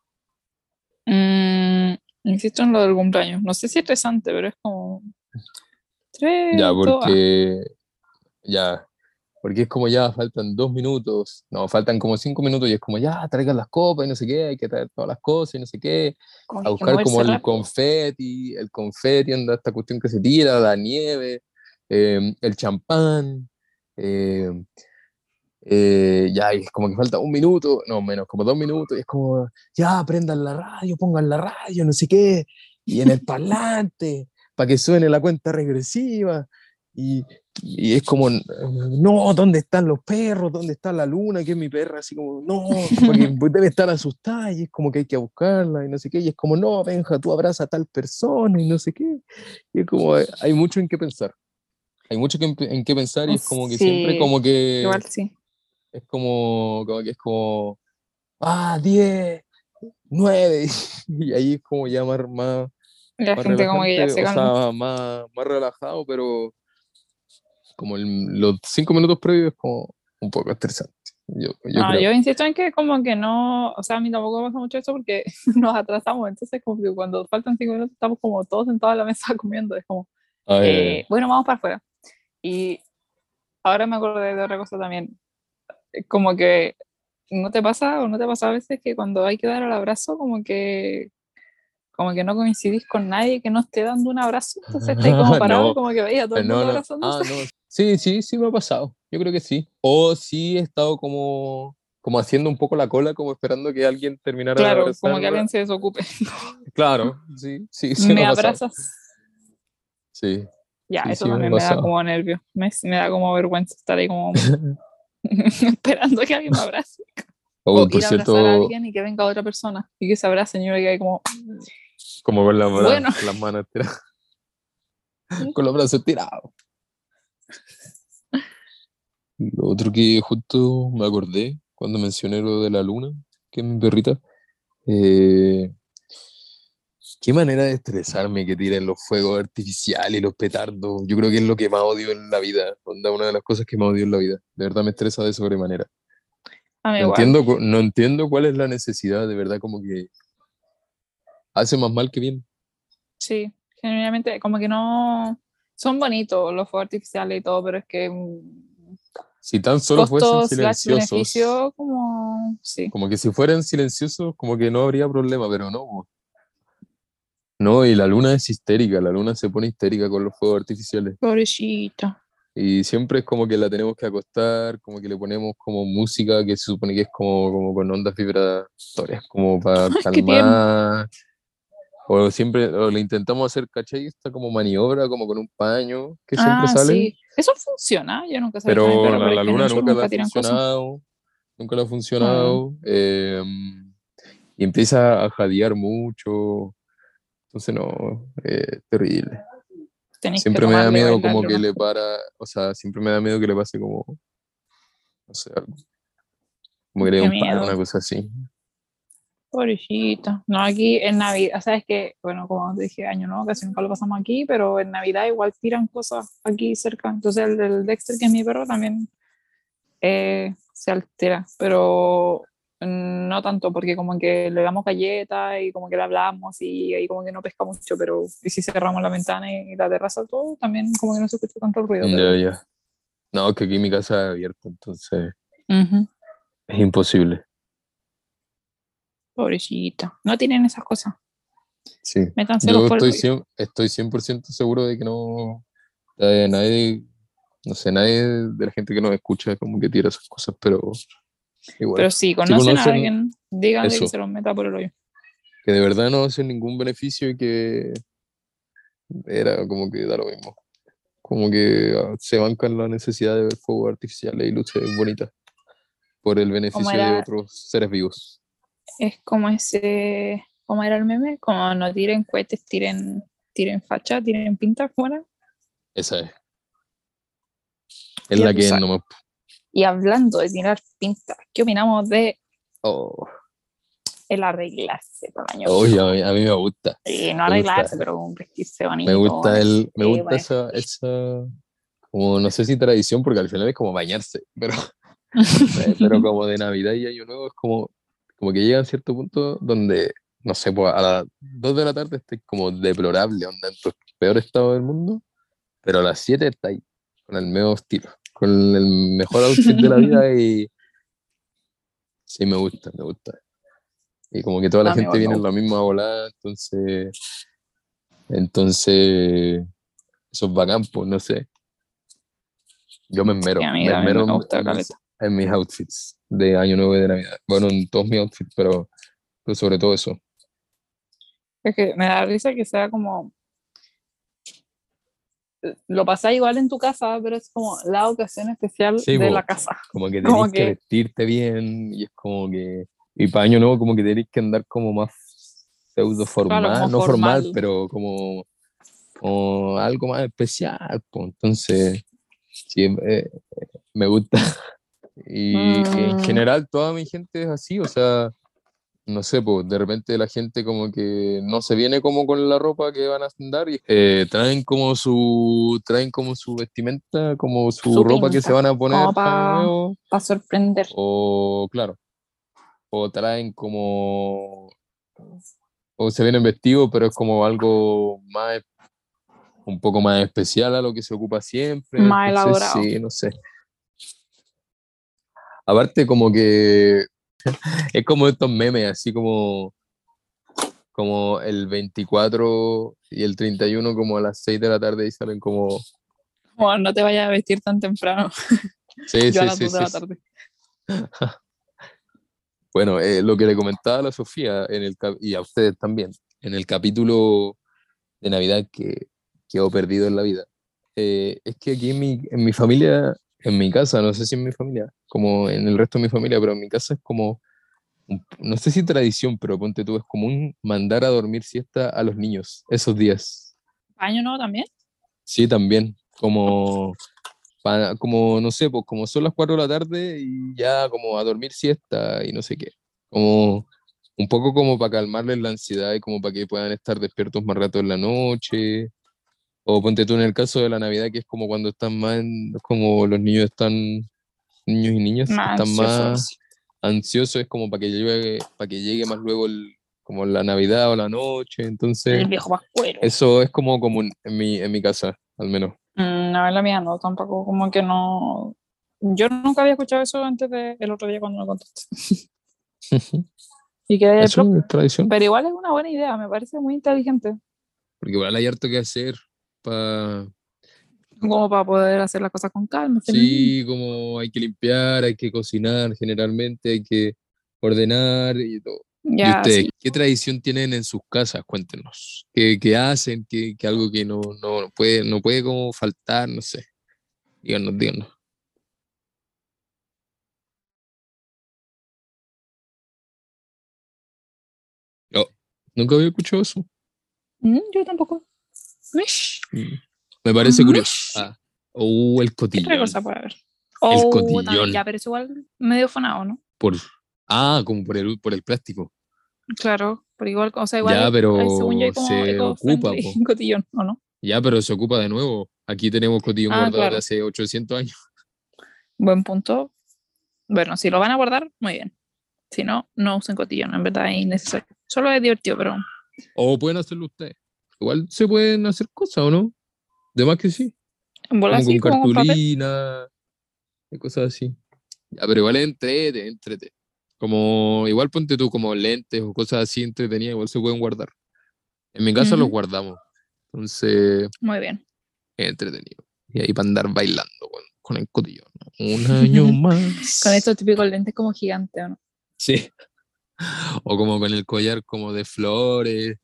Mm, insisto en lo del cumpleaños. No sé si es estresante, pero es como Ya, tres, dos, ah. porque, ya, porque es como ya faltan dos minutos, no, faltan como cinco minutos y es como ya, traigan las copas y no sé qué, hay que traer todas las cosas y no sé qué, Como que a hay que buscar como moverse el rápido. confeti, el confeti, anda esta cuestión que se tira, la nieve, eh, el champán, eh, eh, ya, y es como que falta un minuto, no, menos, como dos minutos, y es como, ya, prendan la radio, pongan la radio, no sé qué, y en el parlante, para que suene la cuenta regresiva, y, y es como, no, ¿dónde están los perros? ¿Dónde está la luna? Que es mi perra, así como, no, porque debe estar asustada, y es como que hay que buscarla, y no sé qué, y es como, no, Benja, tú abraza a tal persona, y no sé qué, y es como, hay mucho en qué pensar, hay mucho que- en qué pensar, y es como que siempre Sí, como que igual sí. es como, como que es como, ah, diez nueve y ahí es como ya más, más, La más gente como que ya relajante, se o calmó. sea, más, más relajado, pero como el- los cinco minutos previos es como un poco estresante, yo, yo No, creo. yo insisto en que como que no, o sea, a mí tampoco me pasa mucho eso porque nos atrasamos, entonces como que cuando faltan cinco minutos estamos como todos sentados a la mesa comiendo, es como, Ah, eh, eh, bueno, vamos para afuera. Y ahora me acordé de otra cosa también, eh, como que no te pasa o no te pasa a veces que cuando hay que dar el abrazo como que como que no coincidís con nadie que no esté dando un abrazo, entonces está ahí como parado y no, como que veía a todo el no, mundo no, ah, abrazándose. no, sí, sí, sí me ha pasado, yo creo que sí. O sí he estado como, como haciendo un poco la cola, como esperando que alguien terminara de Claro, como abrazar. que alguien se desocupe. Claro, sí, sí, sí me ¿Me ha pasado. abrazas? Sí, Ya, sí, eso sí me ha también me da pasado. como nervio, me, me da como vergüenza estar ahí como esperando que alguien me abrace. O Uy, por ir a abrazar a cierto, alguien y que venga otra persona y que se abracen y yo me quede como, como con las, bra- bueno, las manos tiradas, con los brazos tirados. Lo otro que justo me acordé cuando mencioné lo de la luna, que es mi perrita, eh, qué manera de estresarme que tiren los fuegos artificiales y los petardos. Yo creo que es lo que más odio en la vida, onda, una de las cosas que más odio en la vida. De verdad me estresa de sobremanera. a mí No igual, entiendo, cu- no entiendo cuál es la necesidad, de verdad, como que hace más mal que bien. sí, genuinamente como que no, son bonitos los fuegos artificiales y todo, pero es que mm, Si tan solo fuesen costo slash silenciosos, beneficio, como, sí, como que si fueran silenciosos, como que no habría problema, pero no, po. No, y la luna es histérica, la luna se pone histérica con los fuegos artificiales. pobrecita. Y siempre es como que la tenemos que acostar, como que le ponemos como música que se supone que es como, como con ondas vibratorias, como para Qué tierno. calmar. O siempre, o le intentamos hacer, ¿cachai? Esta como maniobra, como con un paño, que siempre Ah, sale. sí, eso funciona, yo nunca sabía con mi Pero perro, la, pero es la que en el luna sur nunca le ha nunca tiran cosas. funcionado, nunca le ha Mm, funcionado. eh, y empieza a jadear mucho. Entonces, no, eh, terrible. tenéis que Siempre me da tomarle y miedo como bailarle que una. le para, o sea, siempre me da miedo que le pase como, no sé, algo. Como que le dio Qué un paro, una miedo. cosa así. Pobrecita. No, aquí en Navidad, o sea, es que, bueno, como te dije, año nuevo, casi nunca lo pasamos aquí, pero en Navidad igual tiran cosas aquí cerca. Entonces el del Dexter, que es mi perro, también eh, se altera, pero no tanto, porque como que le damos galletas y como que le hablamos y ahí como que no pesca mucho, pero y si cerramos la ventana y la terraza, todo, también como que no se escucha tanto el ruido, Ya, pero... ya. No, es que aquí mi casa es abierta, entonces Ujú. es imposible. Pobrecita. No tienen esas cosas. Sí. Métanselos Yo por el estoy hoyo. cien, estoy cien por ciento seguro de que no, eh, nadie, no sé, nadie de la gente que nos escucha como que tira esas cosas, pero igual. Pero si Si conocen a conocen alguien, díganle que eso, se los meta por el hoyo. que de verdad no hacen ningún beneficio y que era como que da lo mismo. Como que ah, se bancan la necesidad de ver fuegos artificiales y luces bonitas por el Como beneficio de era, otros seres vivos. es como ese, ¿cómo era el meme? Como no tiren cohetes, tiren, tiren facha, tiren pinta, ¿cómo era? Esa es. Es Ya la tú que es sabes. nomás. Y hablando de tirar pinta, ¿qué opinamos de Oh, el arreglarse para el año oh, y a viejo? mí, a mí me gusta. Y no Me gusta. arreglarse, pero un vestirse Me bonito, gusta el, me ponerse, gusta ponerse. esa, esa, como no sé si tradición, porque al final es como bañarse, pero, eh, pero como de Navidad y Año Nuevo es como, como que llega a cierto punto donde, no sé, pues a las dos de la tarde estés como deplorable, onda, en tu peor estado del mundo, pero a las siete está ahí, con el mejor estilo, con el mejor outfit de la vida y sí, me gusta, me gusta. Y como que toda la A mí gente igual me viene en la gusta. misma volada, entonces, entonces, eso es bacán, pues, no sé. Yo me Sí, esmero, a mí me también esmero me en, gusta en mis, caleta. en mis outfits de Año Nuevo y de Navidad. Bueno, en todos mis outfits, pero, pero sobre todo eso. Es que me da risa que sea como, lo pasás igual en tu casa, pero es como la ocasión especial Sí, de po, la casa. como que Como tenéis que que, vestirte bien y es como que... Y para Año Nuevo como que tenéis que andar como más pseudo claro, como formal, no formal, formal. pero como, como algo más especial, pues. Entonces, sí, eh, me gusta. Y, y en Mm, general toda mi gente es así, o sea... No sé, pues de repente la gente como que no se viene como con la ropa que van a andar y eh, traen como su traen como su vestimenta, como su su ropa que se pinta, van a como poner para Año para Nuevo, pa sorprender. o claro, o traen como o se vienen vestidos, pero es como algo más un poco más especial a lo que se ocupa siempre, Más entonces elaborado. sí, no sé. Aparte como que es como estos memes, así como como el veinticuatro y el treinta y uno como a las seis de la tarde y salen como... Bueno, no te vayas a vestir tan temprano. Sí, Yo a sí, las sí, dos de sí. la Sí. tarde. Bueno, eh, lo que le comentaba a la Sofía en el, cap- y a ustedes también, en el capítulo de Navidad que quedó perdido en la vida, eh, es que aquí en mi, en mi familia, en mi casa, no sé si en mi familia, como en el resto de mi familia, pero en mi casa es como, un- no sé si tradición, pero ponte tú, es común mandar a dormir siesta a los niños esos días. ¿Año nuevo también? Sí, también, como pa- como, no sé, pues como son las cuatro de la tarde y ya como a dormir siesta y no sé qué. Como un poco como para calmarles la ansiedad y como para que puedan estar despiertos más rato en la noche. O ponte tú en el caso de la Navidad, que es como cuando están más, en- como los niños están, niños y niñas, Más están ansioso, más así. ansiosos, es como para que llegue, para que llegue más luego el, como la Navidad o la noche. El Entonces, viejo pascuero. eso es como común en mi, en mi casa, al menos. Mm, no, en la mía no, tampoco, como que no. Yo nunca había escuchado eso antes del otro día cuando lo contaste. Y quedé Eso plop. es tradición. Pero igual es una buena idea, me parece muy inteligente. Porque igual hay harto que hacer para... Como para poder hacer las cosas con calma, este niño. Sí, como hay que limpiar, hay que cocinar, generalmente hay que ordenar y todo. ¿Y Ya, ustedes sí. qué tradición tienen en sus casas? Cuéntenos. ¿Qué, qué hacen? ¿Qué, qué algo que no, no puede, no puede como faltar? No sé. Díganos, díganos. Yo nunca había escuchado eso. Mm, yo tampoco. Mish, Mm. Me parece curioso. mish. Ah. Oh, el ¿Qué otra cotillón. cosa puede haber? El Oh, también, cotillón. ya, pero es igual medio fonado, ¿no? Por, ah, como por el, por el plástico. Claro, pero igual, o sea, igual Ya, hay, hay- según yo pero hay como se ocupa, eco-friendly po. cotillón, ¿o no? Ya, pero se ocupa de nuevo. Aquí tenemos cotillón Ah, guardado de claro, hace ochocientos años. buen punto. Bueno, si lo van a guardar, muy bien. Si no, no usen cotillón, en verdad es innecesario. Solo es divertido, pero O pueden hacerlo ustedes. Igual se pueden hacer cosas, ¿o no? De más que sí. en bola Como así, con como con papel. cartulina y cosas así. Ya, pero igual es entrete, entrete. Como, igual ponte tú como lentes o cosas así entretenidas, igual se pueden guardar. En mi casa los Ujú, guardamos. Entonces, muy bien. es entretenido. Y ahí para andar bailando con, con el cotillón, ¿no? Un año Con más. estos típicos lentes como gigantes, ¿o no? Sí. O como con el collar como de flores.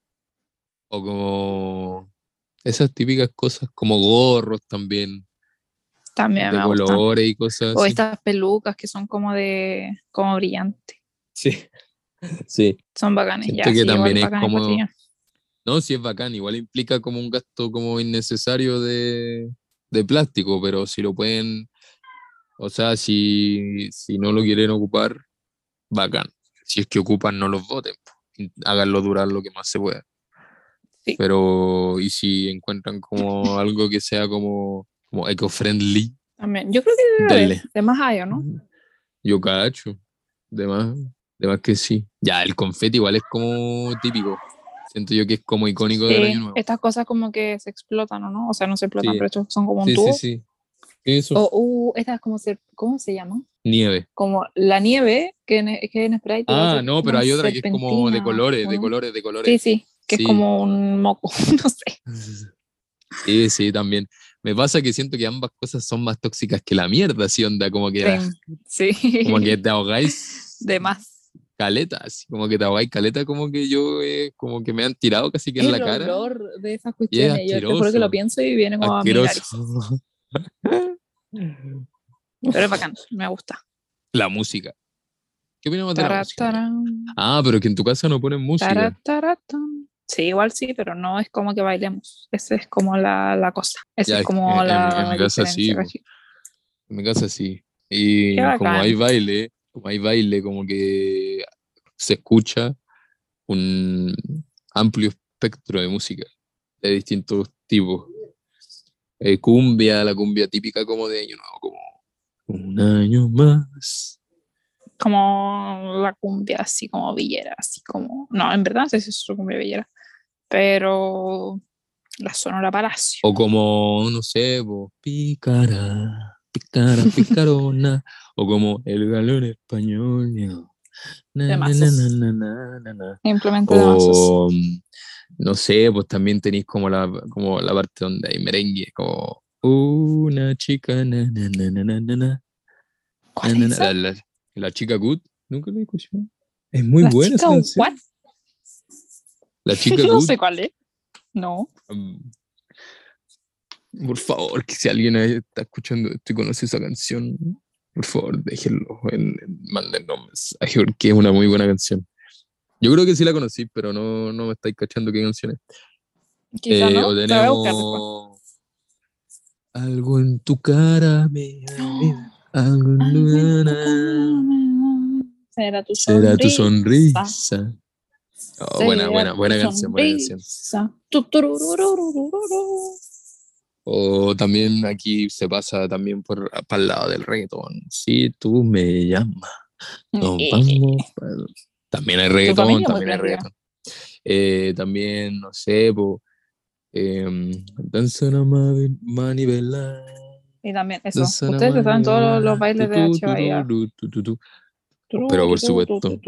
O como esas típicas cosas, como gorros también, También de me gustan. colores y cosas O así. estas pelucas que son como de, como brillantes. Sí, sí. Son bacanes, Siento ya, que sí, también igual es bacán el como, cotillón. no, sí es bacán, igual implica como un gasto como innecesario de, de plástico, pero si lo pueden, o sea, si, si no lo quieren ocupar, bacán. Si es que ocupan, no los boten, po. Háganlo durar lo que más se pueda. Sí, Pero, y si encuentran como algo que sea como, como eco-friendly, también. Yo creo que debe haber, denle. de más hay, ¿o no? Yo cacho, de más, de más que sí. Ya, el confeti igual es como típico. Siento yo que es como icónico del Año Sí, Nuevo. estas cosas como que se explotan, ¿o no? O sea, no se explotan, pero Sí, estos son como un sí, sí, tubo. sí. Eso. O, uh, estas como se, ¿cómo se llama? Nieve. Como la nieve, que en, que en Sprite igual Ah, se- no, como pero una hay otra que es como de serpentina, colores, ¿o de no? colores, de Sí, colores. sí, que es Sí. como un moco, no sé. Sí, sí, también. Me pasa que siento que ambas cosas son más tóxicas que la mierda, así onda, como que, ah, Same. Sí, como que te ahogáis de más. caleta, así como que te ahogáis caleta, como que yo, eh, como que me han tirado casi que en la El cara olor de esas y es cuestiones, yo te juro que lo asqueroso, pienso y viene como a mi asqueroso. nariz. Pero es bacán, me gusta. La música. ¿Qué opinamos de la música? Taratara, Ah, pero que en tu casa no ponen música. tarataratam. Sí, igual sí, pero no es como que bailemos. Esa es como la, la cosa. Esa Ya, es es que como en, en mi, en la mi casa diferencia, sí, po. ¿cachai? En mi casa sí. Qué Y como hay bacán. baile, como hay baile, como que se escucha un amplio espectro de música de distintos tipos. Eh, cumbia, la cumbia típica como de año nuevo, como un año más. Como la cumbia, así como villera, así como. No, en verdad no sé si es su cumbia villera, pero la Sonora Palacio. O como, no sé, po, pícara, pícara, picarona. O como el galón español. Na, De na, na, na, mazos. na, na, na, na. Simplemente de mazos. O mm, no sé, pues también tenéis como la, como la parte donde hay merengue, como una chica, na, na, na, na, na, na, na, ¿Cuál na, es na, na. esa? La, la- la chica Good, nunca la escuché. Es muy La buena esa chica, ¿what? canción. La chica No Good, sé cuál es. No. mm, por favor, que si alguien ahí está escuchando esto y conoce esa canción, por favor, déjenlo, en, en- mándennos un mensaje porque es una muy buena canción. Yo creo que sí la conocí, pero no, no me estáis cachando qué canción es. Quizá Eh, o no. La voy a buscar después. tenemos algo en tu cara, mi vida, algo en tu Algo en tu cara, cara. Será tu será tu sonrisa. sonrisa. Oh, buena, Será buena, tu buena canción, buena canción. sonrisa. Tu, tururururururu. O también aquí se pasa también por para el lado del reggaetón. Si tú me llamas, nos Eh, vamos pa- también hay Tu reggaetón, familia es muy también hay creativa. reggaetón. Eh, también, no sé, po, em, danza una mani- manivela, Y también eso. danza una Ustedes se saben todos los, los manivela, tu, bailes de tu, H. tu, tu, Bahía. tu, tu, tu, tu. Turu, Pero tu, por tu, tu, tu,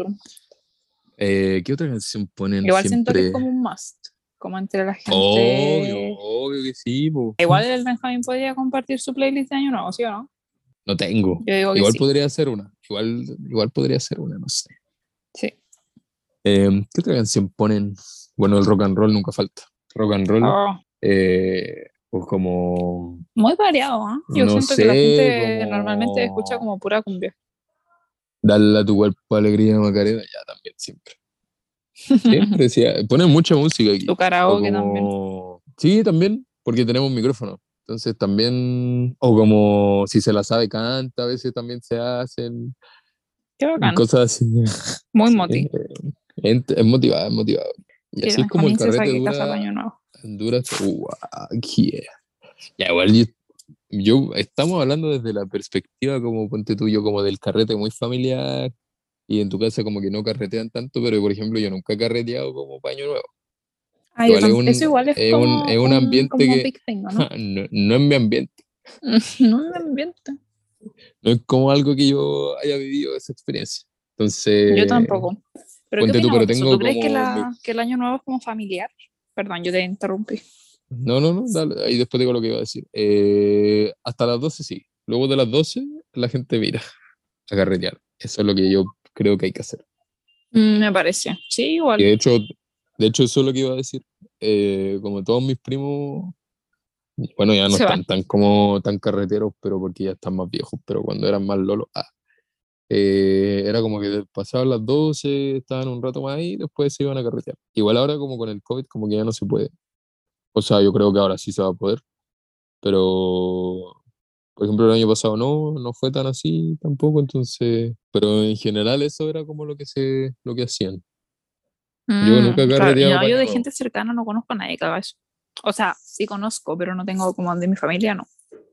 supuesto. tu. Eh, ¿qué otra canción ponen Igual siento que es siempre? como un must. Como entre la Obvio, gente. obvio que sí, po. Igual el Benjamín podría compartir su playlist de Año Nuevo, ¿sí o no? No tengo. Yo digo que Igual sí. podría ser una. Igual, igual podría ser una, no sé. Sí. Eh, ¿qué otra canción ponen? Bueno, el rock and roll nunca falta. Rock and roll. Oh, eh, pues como, muy variado, ¿ah? Yo no siento que la sé, gente normalmente escucha como como pura cumbia. darle a tu cuerpo alegría, Macarena, ya también, siempre. Siempre, sí, ponen mucha música aquí. Tu O karaoke también. como, sí, también, porque tenemos micrófono. Entonces también, o como si se la sabe canta, a veces también se hacen Qué bacán. cosas así. Muy Sí, moti. es, es motivado, es motivado. Y Que así la es como el Benjamín se carrete saque casa para dura, año nuevo. dura hasta, uh, yeah. Ya, igual yo, yo- estamos hablando desde la perspectiva como ponte tuyo, como del carrete muy familiar, y en tu casa como que no carretean tanto, pero por ejemplo yo nunca he carreteado como paño nuevo. Ah, yo Igual es tampoco. Eso un, igual es es un, como es un un ambiente como que big thing, ¿o ja, ¿no? no, no es mi ambiente, No un ambiente. no es como algo que yo haya vivido esa experiencia. Yo Entonces, tampoco. ¿Pero qué ponte tú, pero opinamos de eso? tengo ¿Tú crees que, como mi- la, que el año nuevo es como familiar? Perdón, yo te interrumpí. No, no, no, dale, ahí después digo lo que iba a decir. Eh, hasta las doce sí. Luego de las doce la gente mira a carretear. Eso es lo que yo creo que hay que hacer. Mm, me parece. Sí, Y igual. de hecho, de hecho eso es lo que iba a decir. Eh, como todos mis primos, bueno, ya no Se van. están tan como tan carreteros, pero porque ya están más viejos, pero cuando eran más lolos, ah, eh, era como que pasaban las doce estaban un rato más ahí, y después se iban a carretear. Igual ahora como con el COVID, como que ya no se puede. O sea, yo creo que ahora sí se va a poder, pero por ejemplo, el año pasado no, no fue tan así tampoco, entonces, pero en general eso era como lo que se, lo que hacían. Yo nunca he Mm, claro, carreteado no, yo paño de nuevo. gente cercana no conozco a nadie que haga eso. O sea, sí conozco, pero no tengo como de mi familia, no.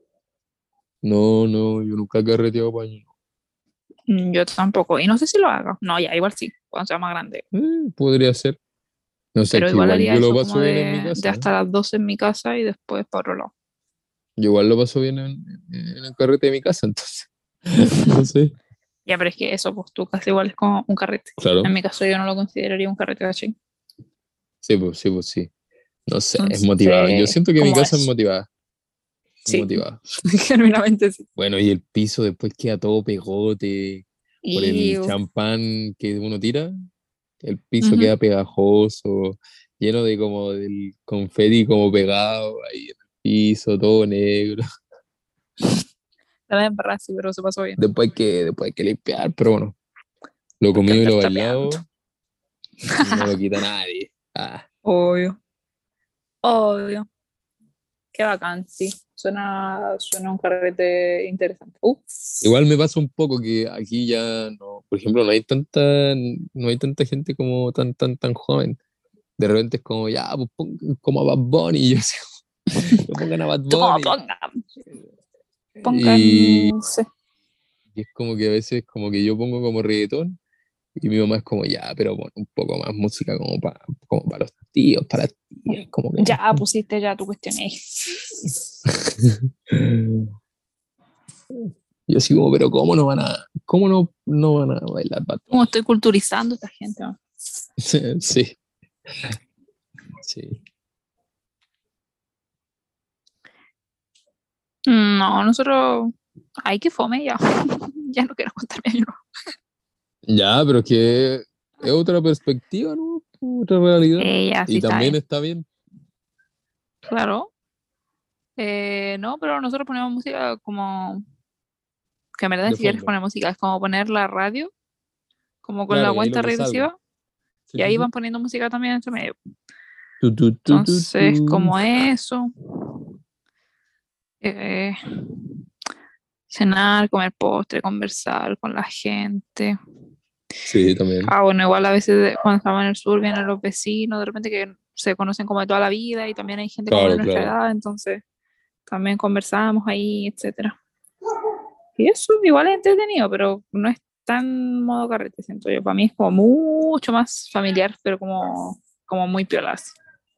No, no, yo nunca he carreteado paño Mm, yo tampoco. Y no sé si lo haga. No, ya, igual sí, cuando sea más grande. nuevo. Eh, podría ser. No sé, Pero que igual igual haría yo lo eso como paso bien en mi de, de casa. ¿Eh? hasta las doce en mi casa y después para otro lado. Yo igual lo paso bien en, en el carrete de mi casa, entonces. No sé. Ya, pero es que eso, pues tu casa igual es como un carrete. En Claro. mi caso yo no lo consideraría un carrete, ¿cachai? Sí, pues sí, pues sí. No sé, es motivado. Yo Entonces, siento que mi como casa es eso. motivada. Es Sí, motivada. genuinamente sí. Bueno, y el piso después queda todo pegote por Y el champán que uno tira. El piso ujú, queda pegajoso, lleno de como del confeti como pegado ahí en el piso, todo negro. la voy a embarrar, sí, pero se pasó bien. Después hay que, después hay que limpiar, pero bueno, lo Hay que comido y andar lo trapeando. bailado no lo quita nadie. Ah, Obvio, obvio. Qué bacán, sí. Suena, suena un carrete interesante. Uh, igual me pasa un poco que aquí ya no, por ejemplo, no hay tanta, no hay tanta gente como tan, tan, tan joven. De repente es como, ya, pues pongan como a Bad Bunny, y yo así, que pongan a Bad como Bunny. pongan, pongan, Y, no sé. y es como que a veces como que yo pongo como reggaetón. Y mi mamá es como, ya, pero bueno, un poco más música como para como para los tíos, para las tías, como que... Ya pusiste ya tu cuestión ahí. Yo así como, pero ¿cómo no van a, cómo no, no van a bailar Bad Como Bunny? estoy culturizando a esta gente, ¿no? Sí, sí. No, nosotros. Ay, que fome ya. Ya no quiero contar mi año nuevo. Ya, pero es que es otra perspectiva, ¿no? Otra realidad. Eh, ya, sí Y está también bien. está bien. Claro. Eh, no, pero nosotros ponemos música como. Que en verdad ni De siquiera es fondo. poner música, es como poner la radio, como con la Claro, y ahí lo cuenta que salga. regresiva, Sí, y sí, ahí sí. van poniendo música también entre medio. Tu, tu, tu, tu, Entonces, tu. como eso. eh, cenar, comer postre, conversar con la gente. Sí, también. Ah, bueno, igual a veces de- cuando estamos en el sur vienen los vecinos, de repente que se conocen como de toda la vida y también hay gente como de Claro, nuestra claro. edad, entonces también conversamos ahí, etcétera. Y eso igual es entretenido, pero no es tan modo carrete, siento yo. Para mí es como mucho más familiar, pero como, como muy piolas.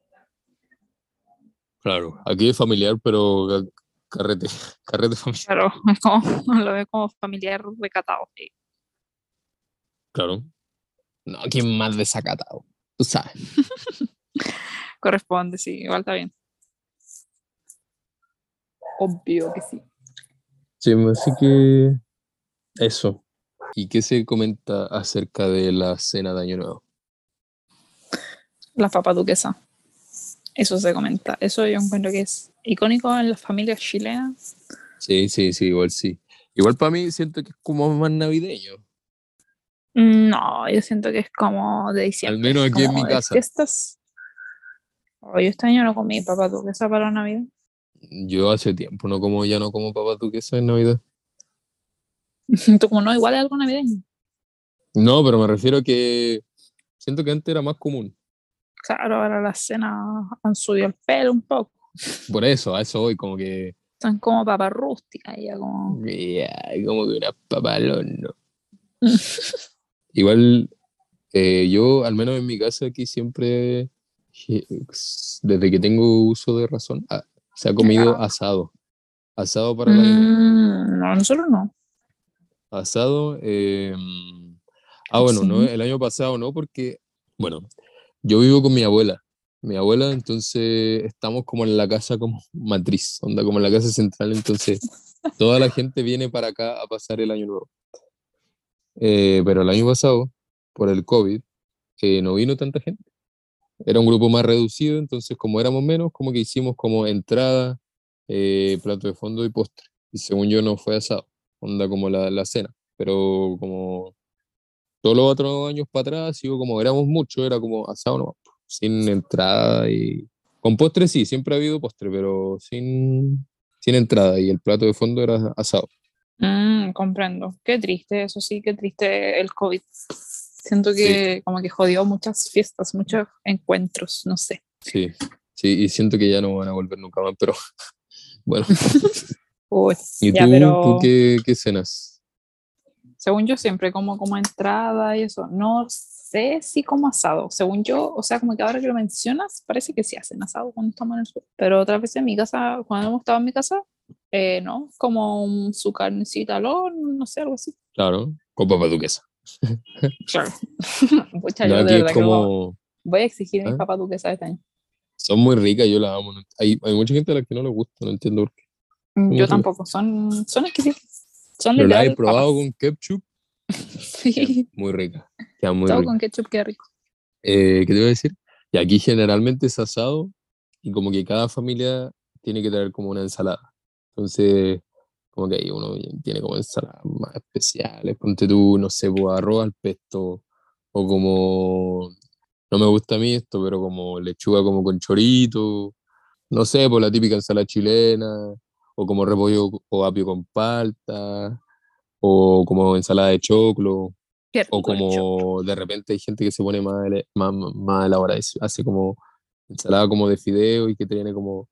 Claro. Aquí es familiar, pero ca- carrete. Carrete familiar. Pero es como, lo veo como familiar recatado. Sí. Claro. No, ¿quién más desacatado? Tú sabes. Corresponde, sí, igual está bien. Obvio que sí. Sí, así que eso. ¿Y qué se comenta acerca de la cena de Año Nuevo? La papa duquesa. Eso se comenta. Eso yo encuentro que es icónico en las familias chilenas. Sí, sí, sí, igual sí. Igual para mí siento que es como más navideño. No, yo siento que es como de Al diciembre, menos aquí en como mi de casa. fiestas. Oh, yo este año no comí papa duquesa para Navidad. Yo hace tiempo no como, ya no como papas duquesas en Navidad. Tú como no, igual es algo navideño. No, pero me refiero a que siento que antes era más común. Claro, ahora las cenas han subido el pelo un poco. Por eso, a eso voy, como que, Están como papas rústicas, ya como... ya, como que una papa al horno. Igual, eh, yo, al menos en mi casa aquí siempre, eh, desde que tengo uso de razón, ah, se ha comido Ya. asado. Asado para el año nuevo. Mm, no, nosotros no. Asado, eh, ah, bueno, no, Sí. el año pasado no, porque, bueno, yo vivo con mi abuela. Mi abuela, entonces estamos como en la casa como matriz, onda como en la casa central, entonces toda la gente viene para acá a pasar el año nuevo. Eh, pero el año pasado, por el COVID, eh, no vino tanta gente. Era un grupo más reducido, entonces como éramos menos, como que hicimos como entrada, eh, plato de fondo y postre. Y según yo no fue asado, onda como la, la cena. Pero como todos los otros años para atrás, digo, como éramos muchos, era como asado nomás, po, sin entrada y... Con postre sí, siempre ha habido postre, pero sin, sin entrada y el plato de fondo era asado. Mm, comprendo. Qué triste, eso sí, qué triste el COVID. Siento Sí, que como que jodió muchas fiestas, muchos encuentros, no sé. sí, sí, y siento que ya no van a volver nunca más, pero bueno. Uy, ¿Y ya, tú, tú pero qué, qué cenas? según yo siempre como como entrada y eso. No sé si como asado. Según yo, o sea, como que ahora que lo mencionas, parece que sí hacen asado cuando estamos en el sur. Pero otra vez en mi casa, cuando hemos estado en mi casa, eh, no, como un- su carnecita al horno, no sé, algo así. Claro, con papa duquesa. Claro. Pucha, No, yo de aquí es verdad que vamos- como... voy a exigir mis ¿ah? papas duquesas este año. Son muy ricas, yo las amo. no- Hay, hay mucha gente a la que no les gusta, no entiendo por qué. Son muy Yo ricas. tampoco, son, son exquisitas. Son Pero las he literal probado papas. con ketchup, quedan Sí, muy ricas. Quedan muy todo ricas. con ketchup queda rico. Eh, ¿qué te iba a decir? Y aquí generalmente es asado y como que cada familia tiene que traer como una ensalada. Entonces, como que ahí uno tiene como ensaladas más especiales. Ponte tú, no sé, pues, arroz al pesto o como, no me gusta a mí esto, pero como lechuga como con chorito. No sé, por la típica ensalada chilena o como repollo o apio con palta o como ensalada de choclo. Qué O rico el choclo. como de repente hay gente que se pone más, ele- más, más elaborada, y se hace como ensalada como de fideo y que tiene como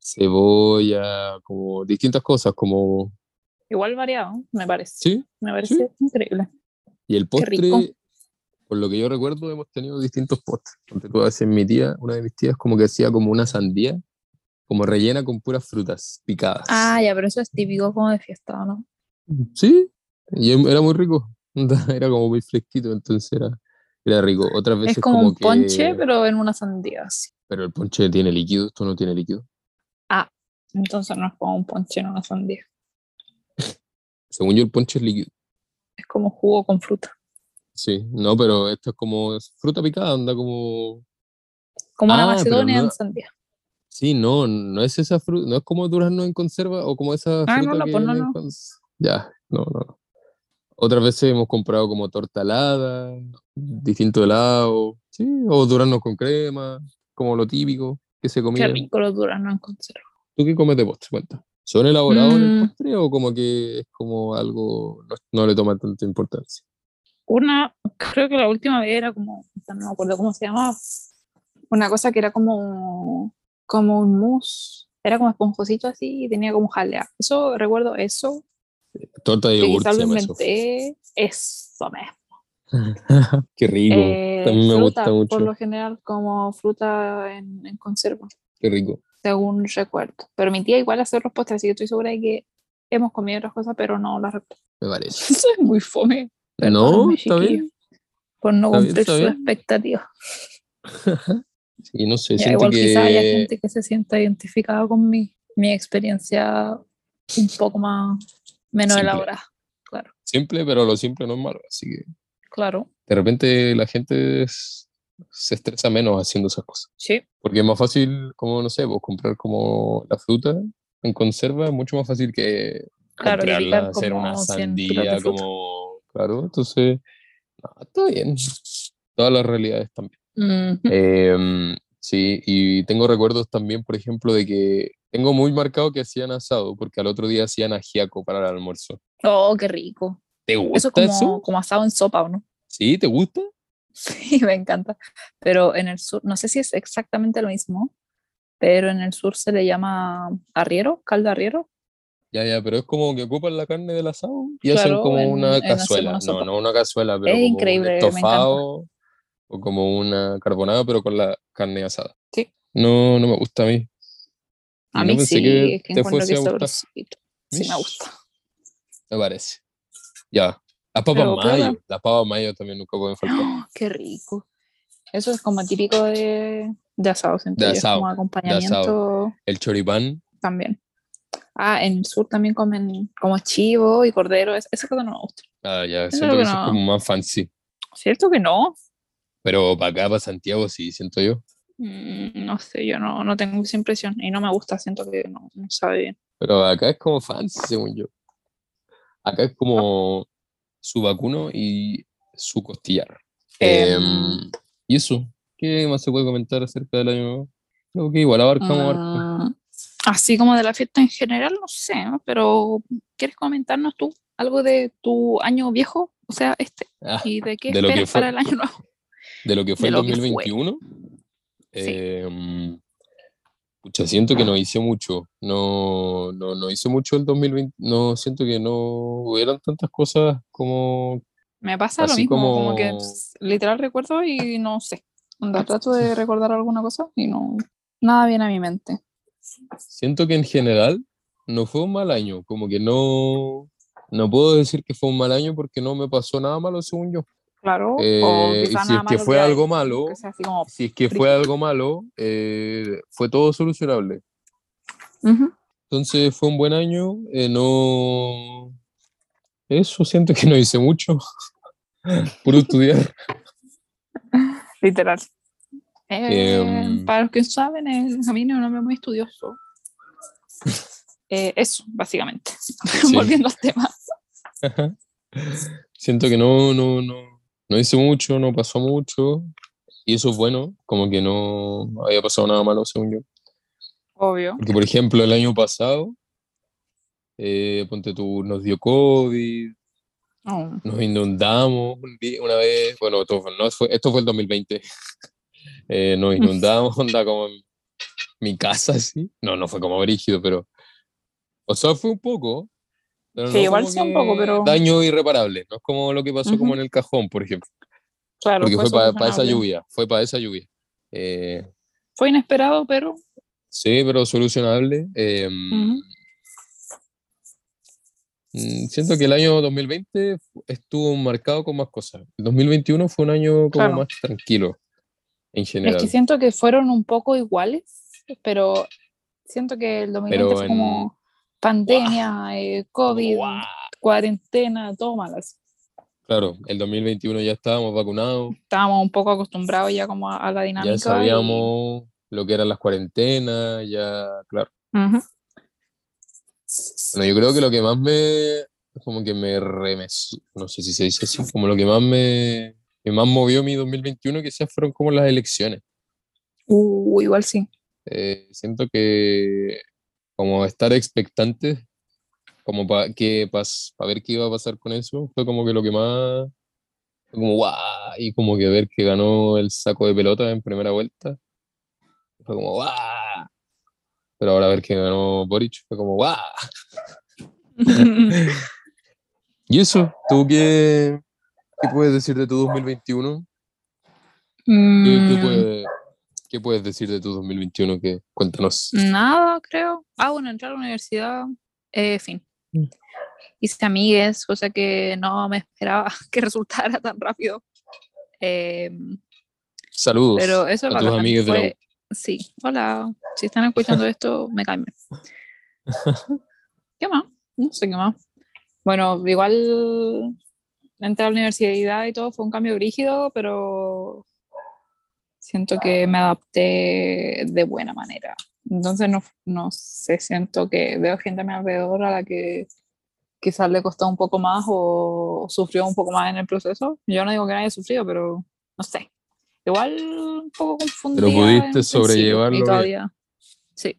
cebolla, como distintas cosas, como, Igual variado, me parece. sí, Me sí. parece increíble. Y el Qué rico. postre, por lo que yo recuerdo, hemos tenido distintos postres. Porque tú haces mi tía, una de mis tías, como que hacía como una sandía, como rellena con puras frutas Ah, picadas. ya, pero eso es típico como de fiesta, ¿no? Sí, y em- era muy rico. Era como muy fresquito, entonces era, era rico. Otras Es veces como como un ponche, que, pero en una sandía, así. pero el ponche tiene líquido, esto no tiene líquido. Ah, entonces no es como un ponche en una sandía. Según yo, el ponche es líquido. Es como jugo con fruta. Sí, no, pero esto es como es fruta picada, anda como. Como una Ah, pero macedonia en no. sandía. Sí, no, no es esa fruta, no es como durazno en conserva o como esa Ah, no, fruta no, que pues no, viene en no. conserva. Ya, no, no, no. Otras veces hemos comprado como torta helada, distinto helado, sí, o durazno con crema, como lo típico que se Qué comía. rico los duraznos en conserva. ¿Tú qué comes de postre? Cuenta. ¿Son elaborados en el Mm, postre o como que es como algo, no, no le toman tanta importancia? una, creo que la última vez era como, no me acuerdo cómo se llamaba, una cosa que era como, como un mousse, era como esponjosito así y tenía como jalea. Eso, recuerdo eso, Torta de que yogur quizás se lo llama eso. inventé, eso mismo. Qué rico. Eh, También me gusta fruta, por mucho. lo general, como fruta en, en conserva, Qué rico. según recuerdo. Pero mi tía igual hace los postres, así que estoy segura de que hemos comido otras cosas, pero no las recuerdo. Me parece. Eso es muy fome, No, perdónenme, está chiquillos, bien. por no Está bien, cumplir está sus bien. expectativas. Sí, no sé, Ya, siento igual quizá haya que gente que se sienta identificada con mi, mi experiencia un poco más, menos simple. elaborada. Claro, Simple, pero lo simple no es malo. Así que claro, de repente la gente es- se estresa menos haciendo esas cosas. sí. Porque es más fácil, como no sé, pues comprar como la fruta en conserva, es mucho más fácil que Claro que comprarla, picar hacer una como cien kilos de sandía, fruta. como, claro, entonces, no, está bien. Todas las realidades también. Ujú. Eh, Sí, y tengo recuerdos también, por ejemplo, de que tengo muy marcado que hacían asado, porque al otro día hacían ajiaco para el almuerzo. Oh, qué rico. ¿Te Eso es gusta como, eso? como asado en sopa, ¿o no? ¿Sí? ¿Te gusta? Sí, me encanta. Pero en el sur, no sé si es exactamente lo mismo, pero en el sur se le llama arriero, caldo arriero. Ya, ya, pero es como que ocupan la carne del asado y hacen Claro, como en, una en hacer cazuela. una No, sopa. no una cazuela, pero Es como un increíble, me encanta. estofado o como una carbonada, pero con la carne asada. Sí, No, no me gusta a mí. a Y no mí pensé que sí, es que te encuentro que fuese a es gustar. sabrosito. Sí, me Mish, gusta. me parece. Ya. Las papas Pero mayo. piola. Las papas mayo también nunca pueden faltar. ¡Oh, qué rico! Eso es como típico de, de asado, siento De yo. Es como asado. De asado. acompañamiento El choripán. también. Ah, en el sur también comen como chivo y cordero. Es- Esa cosa no me gusta. Ah, ya. Eso es lo Siento que que eso es como no. más fancy. ¿Cierto que no? Pero para acá, para Santiago, sí, siento yo. Mm, no sé, yo no, no tengo esa impresión y no me gusta, siento que no, no sabe bien. Pero acá es como fancy, según yo. Acá es Ah, como su vacuno y su costillar. Em, em, y eso, ¿qué más se puede comentar acerca del año nuevo? Creo que igual abarcamos harto. mm, así como de la fiesta en general, no sé, ¿no? Pero ¿quieres comentarnos tú algo de tu año viejo? O sea, este, Ah, y de qué de lo que esperas fue, para el año nuevo, de lo que fue de el lo que fue. dos mil veintiuno. Sí, em, pucha, siento que no hice mucho. No, no, no hice mucho el dos mil veinte. No, siento que no hubieran tantas cosas como, me pasa lo así mismo, como que como, ps, literal recuerdo y no sé. Onda, trato de recordar alguna cosa y no, nada viene a mi mente. siento que en general no fue un mal año. Como que no, no puedo decir que fue un mal año porque no me pasó nada malo, según yo. Claro, o Eh, y quizá si nada es que malo que, fue hay, algo que malo, sea así como si es que fue brígido. algo malo, eh, fue todo solucionable. Ujú. Entonces fue un buen año. Eh, no, eso siento que no hice mucho, puro estudiar. Literal. Eh, Em, para los que saben, el Camino es un hombre muy estudioso. Eh, eso, básicamente. sí, Volviendo al tema. siento que no, no, no, no hice mucho, no pasó mucho. Y eso es bueno, como que no había pasado nada malo, según yo. Obvio. Porque, por ejemplo, el año pasado, eh, ponte tú, nos dio COVID, Oh. nos inundamos un día- una vez, bueno, esto, no fue, esto fue el dos mil veinte. Eh, nos inundamos, onda como en mi casa, así. No, no fue como brígido, pero, o sea, fue un poco, pero Sí, no igual como sí un poco, que pero daño irreparable, no es como lo que pasó como ujú, en el cajón, por ejemplo, claro, porque fue fue para esa solucionable. lluvia, fue para esa lluvia. Eh, Fue inesperado, pero sí, pero solucionable. Eh, ujú, mm, siento que el año dos mil veinte estuvo marcado con más cosas. El dos mil veintiuno fue un año como claro. más tranquilo en Es que general, siento que fueron un poco iguales, pero siento que el dos mil veinte pero fue en... como ¡Guau! pandemia, eh, Fue como COVID, ¡guau! cuarentena, todo mal así. Claro, el dos mil veintiuno ya estábamos vacunados, Estábamos un poco acostumbrados ya como a, a la ya dinámica y sabíamos lo que eran las cuarentenas, ya, claro. ujú, Bueno, yo creo que lo que más me, como que me remes, no sé si se dice así, como lo que más me, que más movió mi dos mil veintiuno quizás fueron como las elecciones. uh, igual sí. Eh, siento que como estar expectantes, como para que pas, para ver qué iba a pasar con eso, fue como que lo que más, fue como guau, y como que ver que ganó el saco de pelota en primera vuelta, fue como guau, pero ahora ver que ganó Boric, fue como guau. Y eso, ¿tú qué, qué puedes decir de tu dos mil veintiuno? ¿Qué, qué, Mm, puede- qué puedes decir de tu dos mil veintiuno? Que, cuéntanos. nada, creo. Ah, bueno, entrar a la universidad, eh, fin. Hice amigues, cosa que no me esperaba que resultara tan rápido. Eh, pero Saludos eso es a tus bacán. amigos de la U. Fue, sí, hola, si están escuchando esto, me caen bien. ¿Qué más? No sé qué más. Bueno, igual entrar a la universidad y todo fue un cambio rígido, pero siento que me adapté de buena manera. Entonces no, no sé, siento que veo gente a mi alrededor a la que quizás le costó un poco más o sufrió un poco más en el proceso. Yo no digo que nadie haya sufrido, pero no sé. igual un poco confundida Pero en pudiste un principio, y sobrellevarlo bien. todavía, sí,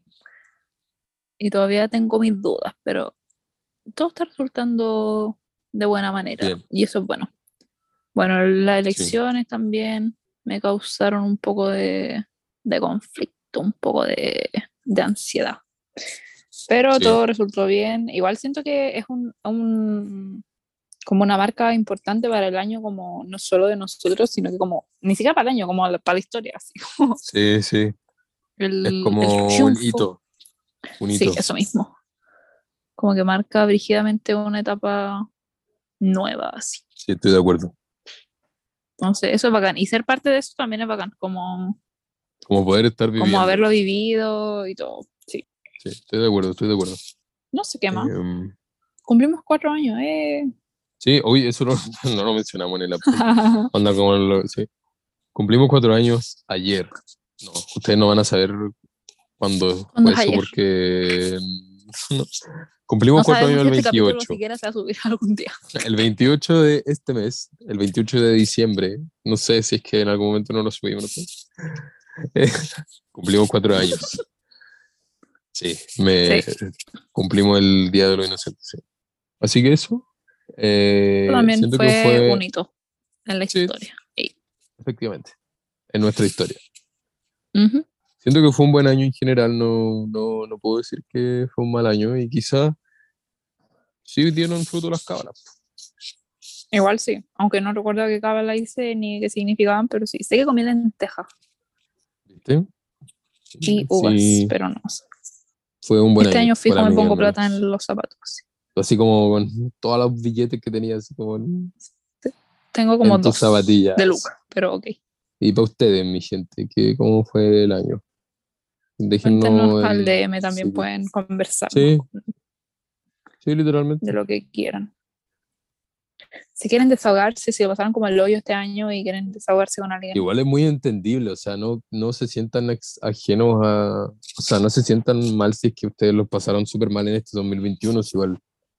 y todavía tengo mis dudas, pero todo está resultando de buena manera, Bien, y eso es bueno. Bueno, las sí, elecciones también me causaron un poco de, de conflicto, un poco de, de ansiedad. Pero sí. todo resultó bien. Igual siento que es un, un- como una marca importante para el año, como no solo de nosotros, sino que como, ni siquiera para el año, como la- para la historia, así como Sí, sí. Es el, el como un triunfo. hito, un Sí, hito. eso mismo. Como que marca brígidamente una etapa nueva, así. Sí, estoy de acuerdo. Entonces, eso es bacán. Y ser parte de eso también es bacán, como, Como poder estar como haberlo viviéndolo. vivido y todo. Sí. Sí, estoy de acuerdo, estoy de acuerdo. No sé qué más. Em, Cumplimos cuatro años, eh. sí, hoy eso no, no lo mencionamos en el update. Onda como lo- sí. Cumplimos cuatro años ayer. No, ustedes no van a saber cuándo ¿Cuándo fue es eso ayer? porque no. Cumplimos No cuatro sabemos años si el este capítulo veintiocho. siquiera se va a subir algún día. El veintiocho de este mes, el veintiocho de diciembre, no sé si es que en algún momento no lo subimos, no sé. Eh, cumplimos cuatro años. Sí, me Sí, cumplimos el Día de los Inocentes. Sí. Así que eso, eso eh, también siento que fue un fue, hito en la sí, historia. Y, efectivamente, en nuestra historia. ujú. Siento que fue un buen año en general, no, no, no puedo decir que fue un mal año y quizás sí dieron fruto las cábalas, Igual sí, aunque no recuerdo qué cábala hice ni qué significaban, pero sí, sé que comí lentejas ¿viste? y uvas, Sí, pero no sé. fue un buen Este año, año fijo para me mí al pongo plata en menos. los zapatos. Así como con todos los billetes que tenía, así como en, Tengo como en tus dos de zapatillas. Luca, pero ok. Y para ustedes, mi gente, ¿qué, cómo fue el año? Cuéntenos Déjennos al el... D M, también Sí, pueden conversarnos sí, sí, de literalmente. lo que quieran. Si quieren desahogarse, si lo pasaron como el hoyo este año y quieren desahogarse con alguien. Igual es muy entendible, o sea, no, no se sientan ex- ajenos a, o sea, no se sientan mal si es que ustedes los pasaron súper mal en este dos mil veintiuno, si igual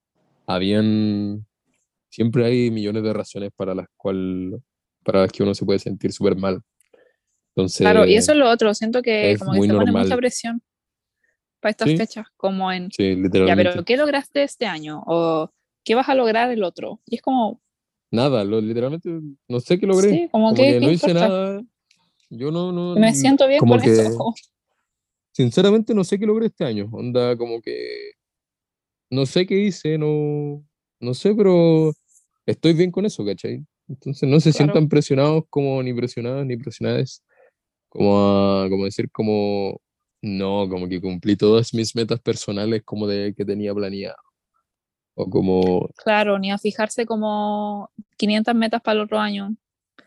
habían, siempre hay millones de razones para las cual, para las que uno se puede sentir súper mal. Claro, y Entonces, eso es lo otro, siento que es como que muy se pone mucha normal, presión para estas sí, fechas, como en, sí, ya, pero literalmente. ¿qué lograste este año? ¿O qué vas a lograr el otro? Y es como, Nada, lo, literalmente no sé qué logré, sí, como como que, que ¿qué no hice importa? nada, yo no, no, Me siento bien como con eso. que, sinceramente no sé qué logré este año, onda, como que no sé qué hice, no, no sé, pero estoy bien con eso, ¿cachai? Entonces no se Claro, sientan presionados como ni presionadas ni presionadas, como a, como decir como, no, como que cumplí todas mis metas personales como de que tenía planeado, o como, claro, ni a fijarse como quinientas metas para el otro año.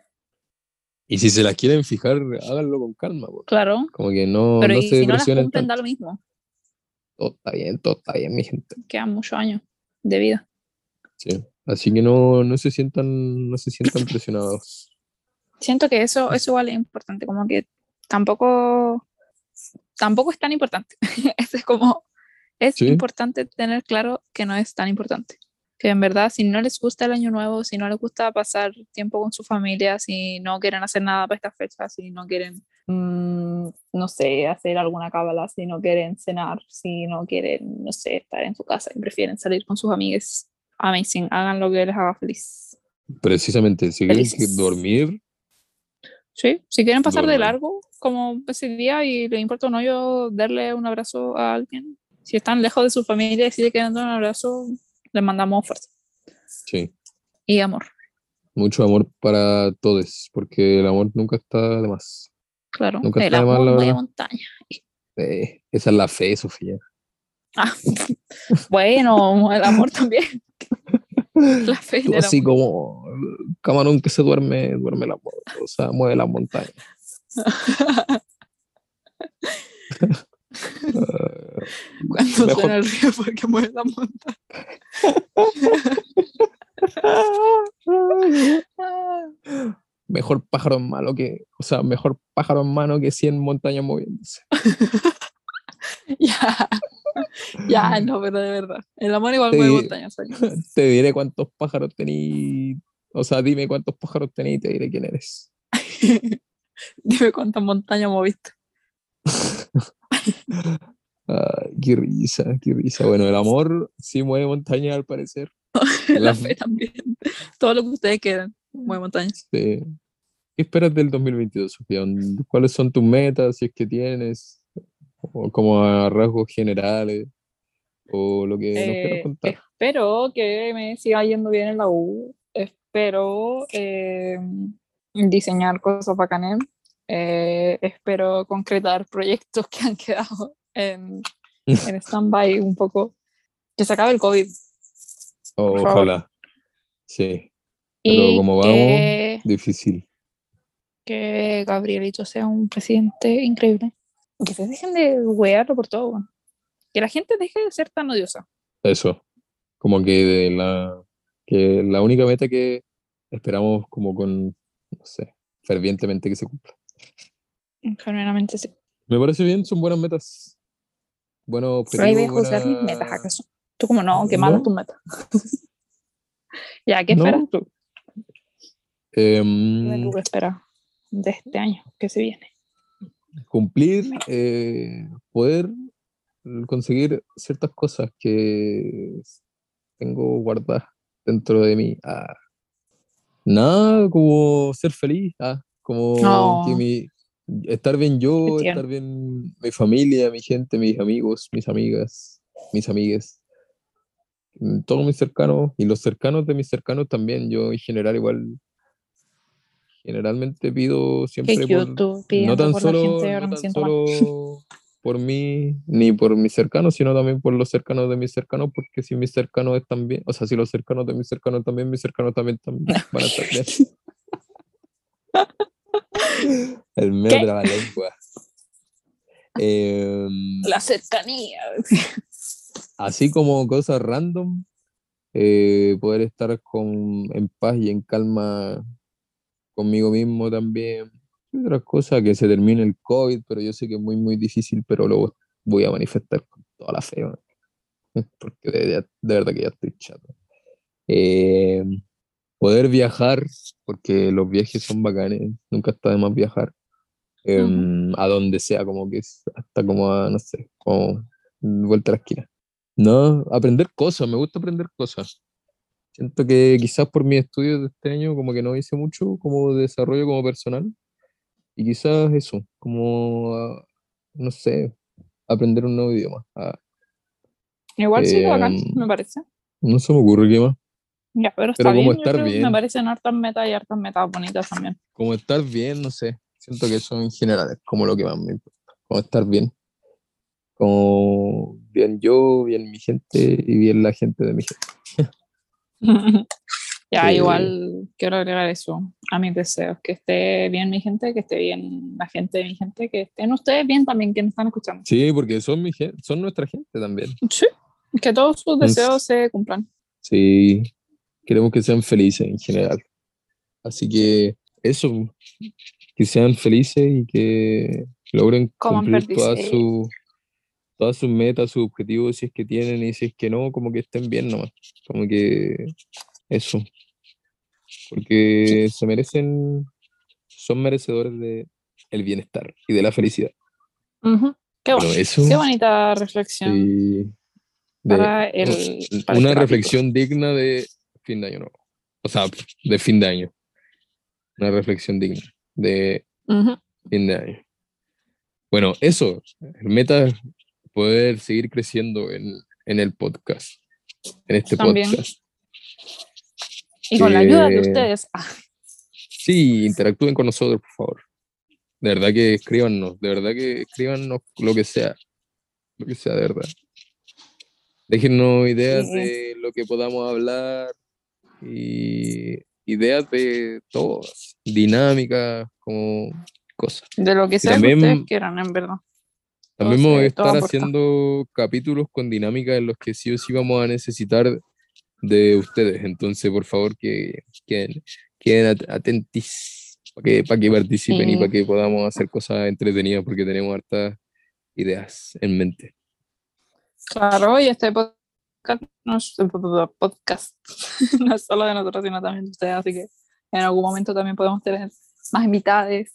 y si se las quieren fijar, háganlo con calma, po. Claro, Como que no, pero no y se si no las presionen cumplen, da tanto. lo mismo. Todo está bien, todo está bien, mi gente. Quedan muchos años de vida. Sí. Así que no, no se sientan, no se sientan presionados. Siento que eso, eso igual es importante, como que tampoco, tampoco es tan importante. Es como, es Sí, importante tener claro que no es tan importante. Que en verdad, si no les gusta el año nuevo, si no les gusta pasar tiempo con su familia, si no quieren hacer nada para estas fechas, si no quieren, mm, no sé, hacer alguna cábala, si no quieren cenar, si no quieren, no sé, estar en su casa y prefieren salir con sus amigos, amazing, hagan lo que les haga feliz, precisamente, si quieren que felices. dormir, Sí, si quieren pasar de duerman. largo, como ese día, y les importa o no yo darle un abrazo a alguien, si están lejos de su familia y si le quieren dar un abrazo, les mandamos fuerza Sí, y amor. mucho amor para todos, porque el amor nunca está de más. Claro, Nunca el está de más, amor la mueve verdad. montaña. Eh, esa es la fe, Sofía. Ah, bueno, el amor también, la fe en Tú el así amor. como camarón que se duerme, duerme el amor, o sea, mueve las montañas. Eh, Cuando suena mejor, el río porque mueve la montaña. mejor pájaro en mano que, o sea, mejor pájaro en mano que cien montañas moviéndose. Ya, ya, no, pero de verdad. El amor igual Te, mueve di- montañas, ¿sabes? te diré cuántos pájaros tení, o sea, dime cuántos pájaros tení y te diré quién eres. Dime cuántas montañas moviste. Ay, qué risa, qué risa. Bueno, el amor sí mueve montañas al parecer. La La, fe también. Todo lo que ustedes quieran, mueve montañas. este, ¿qué esperas del dos mil veintidós, Sofía? ¿Cuáles son tus metas, si es que tienes? O como a rasgos generales, o lo que nos quieras Eh, contar. espero que me siga yendo bien en la U. Espero eh, diseñar cosas bacanas. Eh, espero concretar proyectos que han quedado en, en stand-by un poco. Que se acabe el COVID, por favor. Ojalá, sí. Pero Y como vamos, que, difícil. que Gabrielito sea un presidente increíble. Y que se dejen de wearlo por todo. Bueno. Que la gente deje de ser tan odiosa. Eso, como que de la, que la única meta que esperamos como con, no sé, fervientemente que se cumpla. Genuinamente sí. Me parece bien, son buenas metas, buenos Pero ahí voy objetivos, a juzgar mis metas, buenas... ¿acaso? Tú como no, qué malas tus ¿No? metas. Ya, ¿qué esperas ¿No? tú? Dime Em, tú qué esperas de este año que se viene. cumplir, eh, poder conseguir ciertas cosas que tengo guardadas dentro de mí. Ah, nada, como ser feliz, ah, como que No, mi, estar bien qué yo, tierno. estar bien mi familia, mi gente, mis amigos, mis amigas, mis amigues, mm, todos mis cercanos y los cercanos de mis cercanos también. Yo en general igual, generalmente pido Qué siempre por, cute tú no pidiendo tan por la solo, gente, ahora no me tan siento mal. solo por mí ni por mis cercanos, sino también por los cercanos de mis cercanos, porque si mis cercanos están bien, o sea, si los cercanos de mis cercanos también, mis cercanos también tam- van a estar bien. El medio ¿Qué? trabalengua. Eh, La cercanía. así como cosas random, eh, poder estar con, en paz y en calma conmigo mismo también. Y otras cosas, que se termine el COVID, pero yo sé que es muy, muy difícil, pero lo voy a manifestar con toda la fe, man, porque de, de- de verdad que ya estoy chato. Eh, poder viajar, porque los viajes son bacanes, nunca está de más viajar, eh, Ujú. a donde sea, como que es hasta como a, no sé, como vuelta a la esquina. No, aprender cosas, me gusta aprender cosas. Siento que quizás por mis estudios de este año como que no hice mucho como desarrollo como personal y quizás eso, como, ah, no sé, aprender un nuevo idioma. Ah, Igual sí, eh, bacán, me parece. no se me ocurre qué más, Ya, pero está pero como bien, yo estar creo. Me bien, parecen hartas metas y hartas metas bonitas también. como estar bien, no sé, siento que eso en general es como lo que más me importa, como estar bien, como bien yo, bien mi gente y bien la gente de mi gente. Ya, Eh, igual quiero agregar eso a mis deseos, que esté bien mi gente, que esté bien la gente de mi gente, que estén ustedes bien también quienes están escuchando. sí, porque son mi gente, son nuestra gente también. Sí, que todos sus deseos Entonces, se cumplan. sí, queremos que sean felices en general. Así Sí, que eso, que sean felices y que logren coman cumplir perdices. todas sus todas sus metas, sus objetivos, si es que tienen y si es que no, como que estén bien nomás. Como que eso, Sí. porque se merecen, son merecedores de el bienestar y de la felicidad. Ujú. Qué Bueno, bonito. eso, Qué bonita reflexión sí, de para el, para una este capítulo. reflexión digna de fin de año nuevo. O sea, de fin de año. Una reflexión digna de Ujú. fin de año. Bueno, eso, el meta es poder seguir creciendo en, en el podcast, en este También. podcast. Y con la ayuda de Que ustedes. Ah, sí, interactúen con nosotros, por favor. De verdad que escríbanos, de verdad que escríbanos lo que sea, lo que sea, de verdad. Déjennos ideas sí. de lo que podamos hablar y ideas de todo, dinámicas, como cosas. De lo que Y sea que ustedes también, quieran, en verdad. Todo, también vamos a se- todo estar aporta. haciendo capítulos con dinámicas en los que sí o sí vamos a necesitar de ustedes. Entonces, por favor, que queden, queden at- atentis para que, para que participen y Y para que podamos hacer cosas entretenidas porque tenemos hartas ideas en mente. claro, y este podcast no es, podcast no es solo de nosotros, sino también de ustedes, así que en algún momento también podemos tener más invitados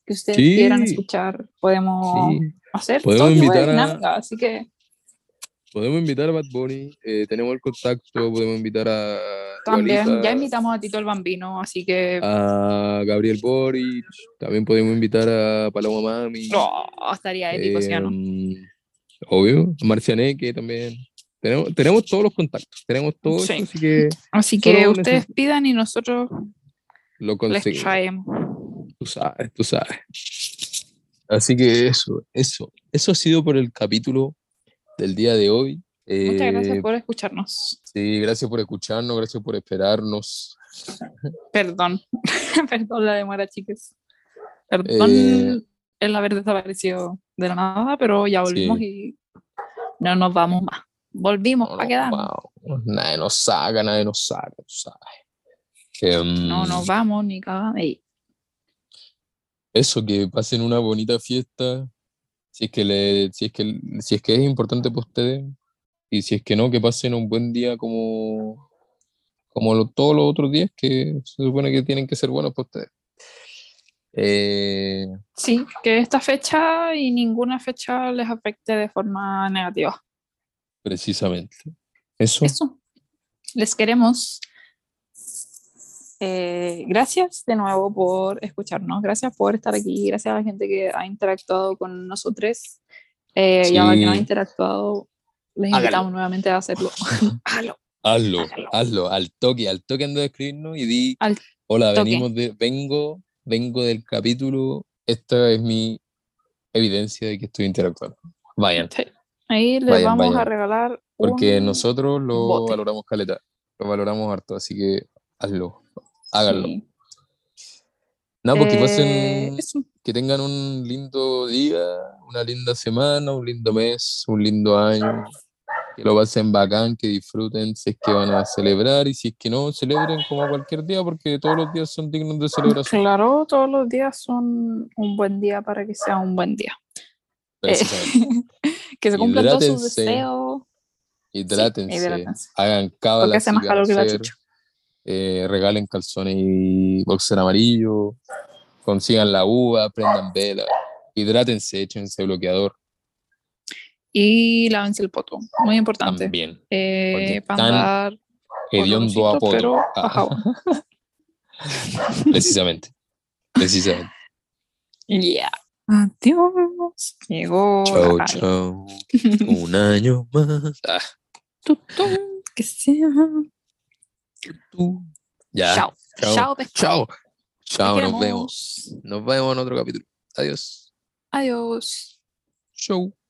que ustedes Sí. quieran escuchar, podemos Sí. hacer Podemos todo tipo de invitar a- dinámica, así que Podemos invitar a Bad Bunny, eh, tenemos el contacto, podemos invitar a también Dualipa, ya invitamos a Tito el Bambino, así que a Gabriel Boric, también podemos invitar a Paloma Mami, no, estaría épico, ¿sí o no? eh, obvio, a Marcianeque también. Tenemos, tenemos todos los contactos, tenemos todo Sí. eso, así que Así solo que ustedes neces- pidan y nosotros lo les conseguimos. traemos. Tú sabes, tú sabes. Así que eso, eso, eso ha sido por el capítulo del día de hoy. Muchas gracias Eh, por escucharnos. sí, gracias por escucharnos, gracias por esperarnos. Perdón, perdón la demora, chicas. Perdón Eh, el haber desaparecido de la nada, pero ya volvimos sí, y no nos vamos más. Volvimos no, para no, quedarnos. wow, nadie nos saca, nadie nos saca, tú sabes. Em, No nos vamos ni cagando. Ey, Eso, que pasen una bonita fiesta, si es que le, si es que, si es que es importante para ustedes, y si es que no, que pasen un buen día como, como lo- todos los otros días que se supone que tienen que ser buenos para ustedes. Eh, sí, que esta fecha y ninguna fecha les afecte de forma negativa. precisamente. Eso, Eso, les queremos. Eh, gracias de nuevo por escucharnos, gracias por estar aquí, gracias a la gente que ha interactuado con nosotros. Eh, y a la que no ha sí, interactuado, les háganlo, invitamos nuevamente a hacerlo. Hágalo, hazlo, hágalo. hazlo, al toque, al toque anda a escribirnos y di, Al hola, toque. venimos de, vengo, vengo del capítulo, esta es mi evidencia de que estoy interactuando. Vayan, Sí. Ahí les vayan, vamos a vayan. regalar Porque un nosotros lo bote. valoramos caleta, lo valoramos harto, así que hazlo, háganlo. Sí. Nada, pues que Eh, pasen, eso. que tengan un lindo día, una linda semana, un lindo mes, un lindo año, que lo pasen bacán, que disfruten si es que van a celebrar y si es que no, celebren como cualquier día, porque todos los días son dignos de celebración, Claro, todos los días son un buen día para que sea un buen día. Eh, precisamente. que se cumplan todos sus Hidrátense, deseos. Sí, hidrátense, hidrátense. hagan Porque cábala hace si más van a calor que la hacer, chucha. eh, regalen calzones y boxer amarillo, consigan la uva, prendan vela, hidrátense, échense bloqueador Y lávense el poto, muy importante. también, porque Eh, para están andar hediondo a olorosito, poto. pero Ah, a jabón. precisamente, precisamente. Yeah. Adiós. Llegó Chau, la radio. chau, un año más. Ah, Tutum, que sea. tú. Ya, Chao. chao, Chao, pescado. chao, Te chao, nos vemos. queremos. Nos vemos en otro capítulo. Adiós. Adiós. Chau.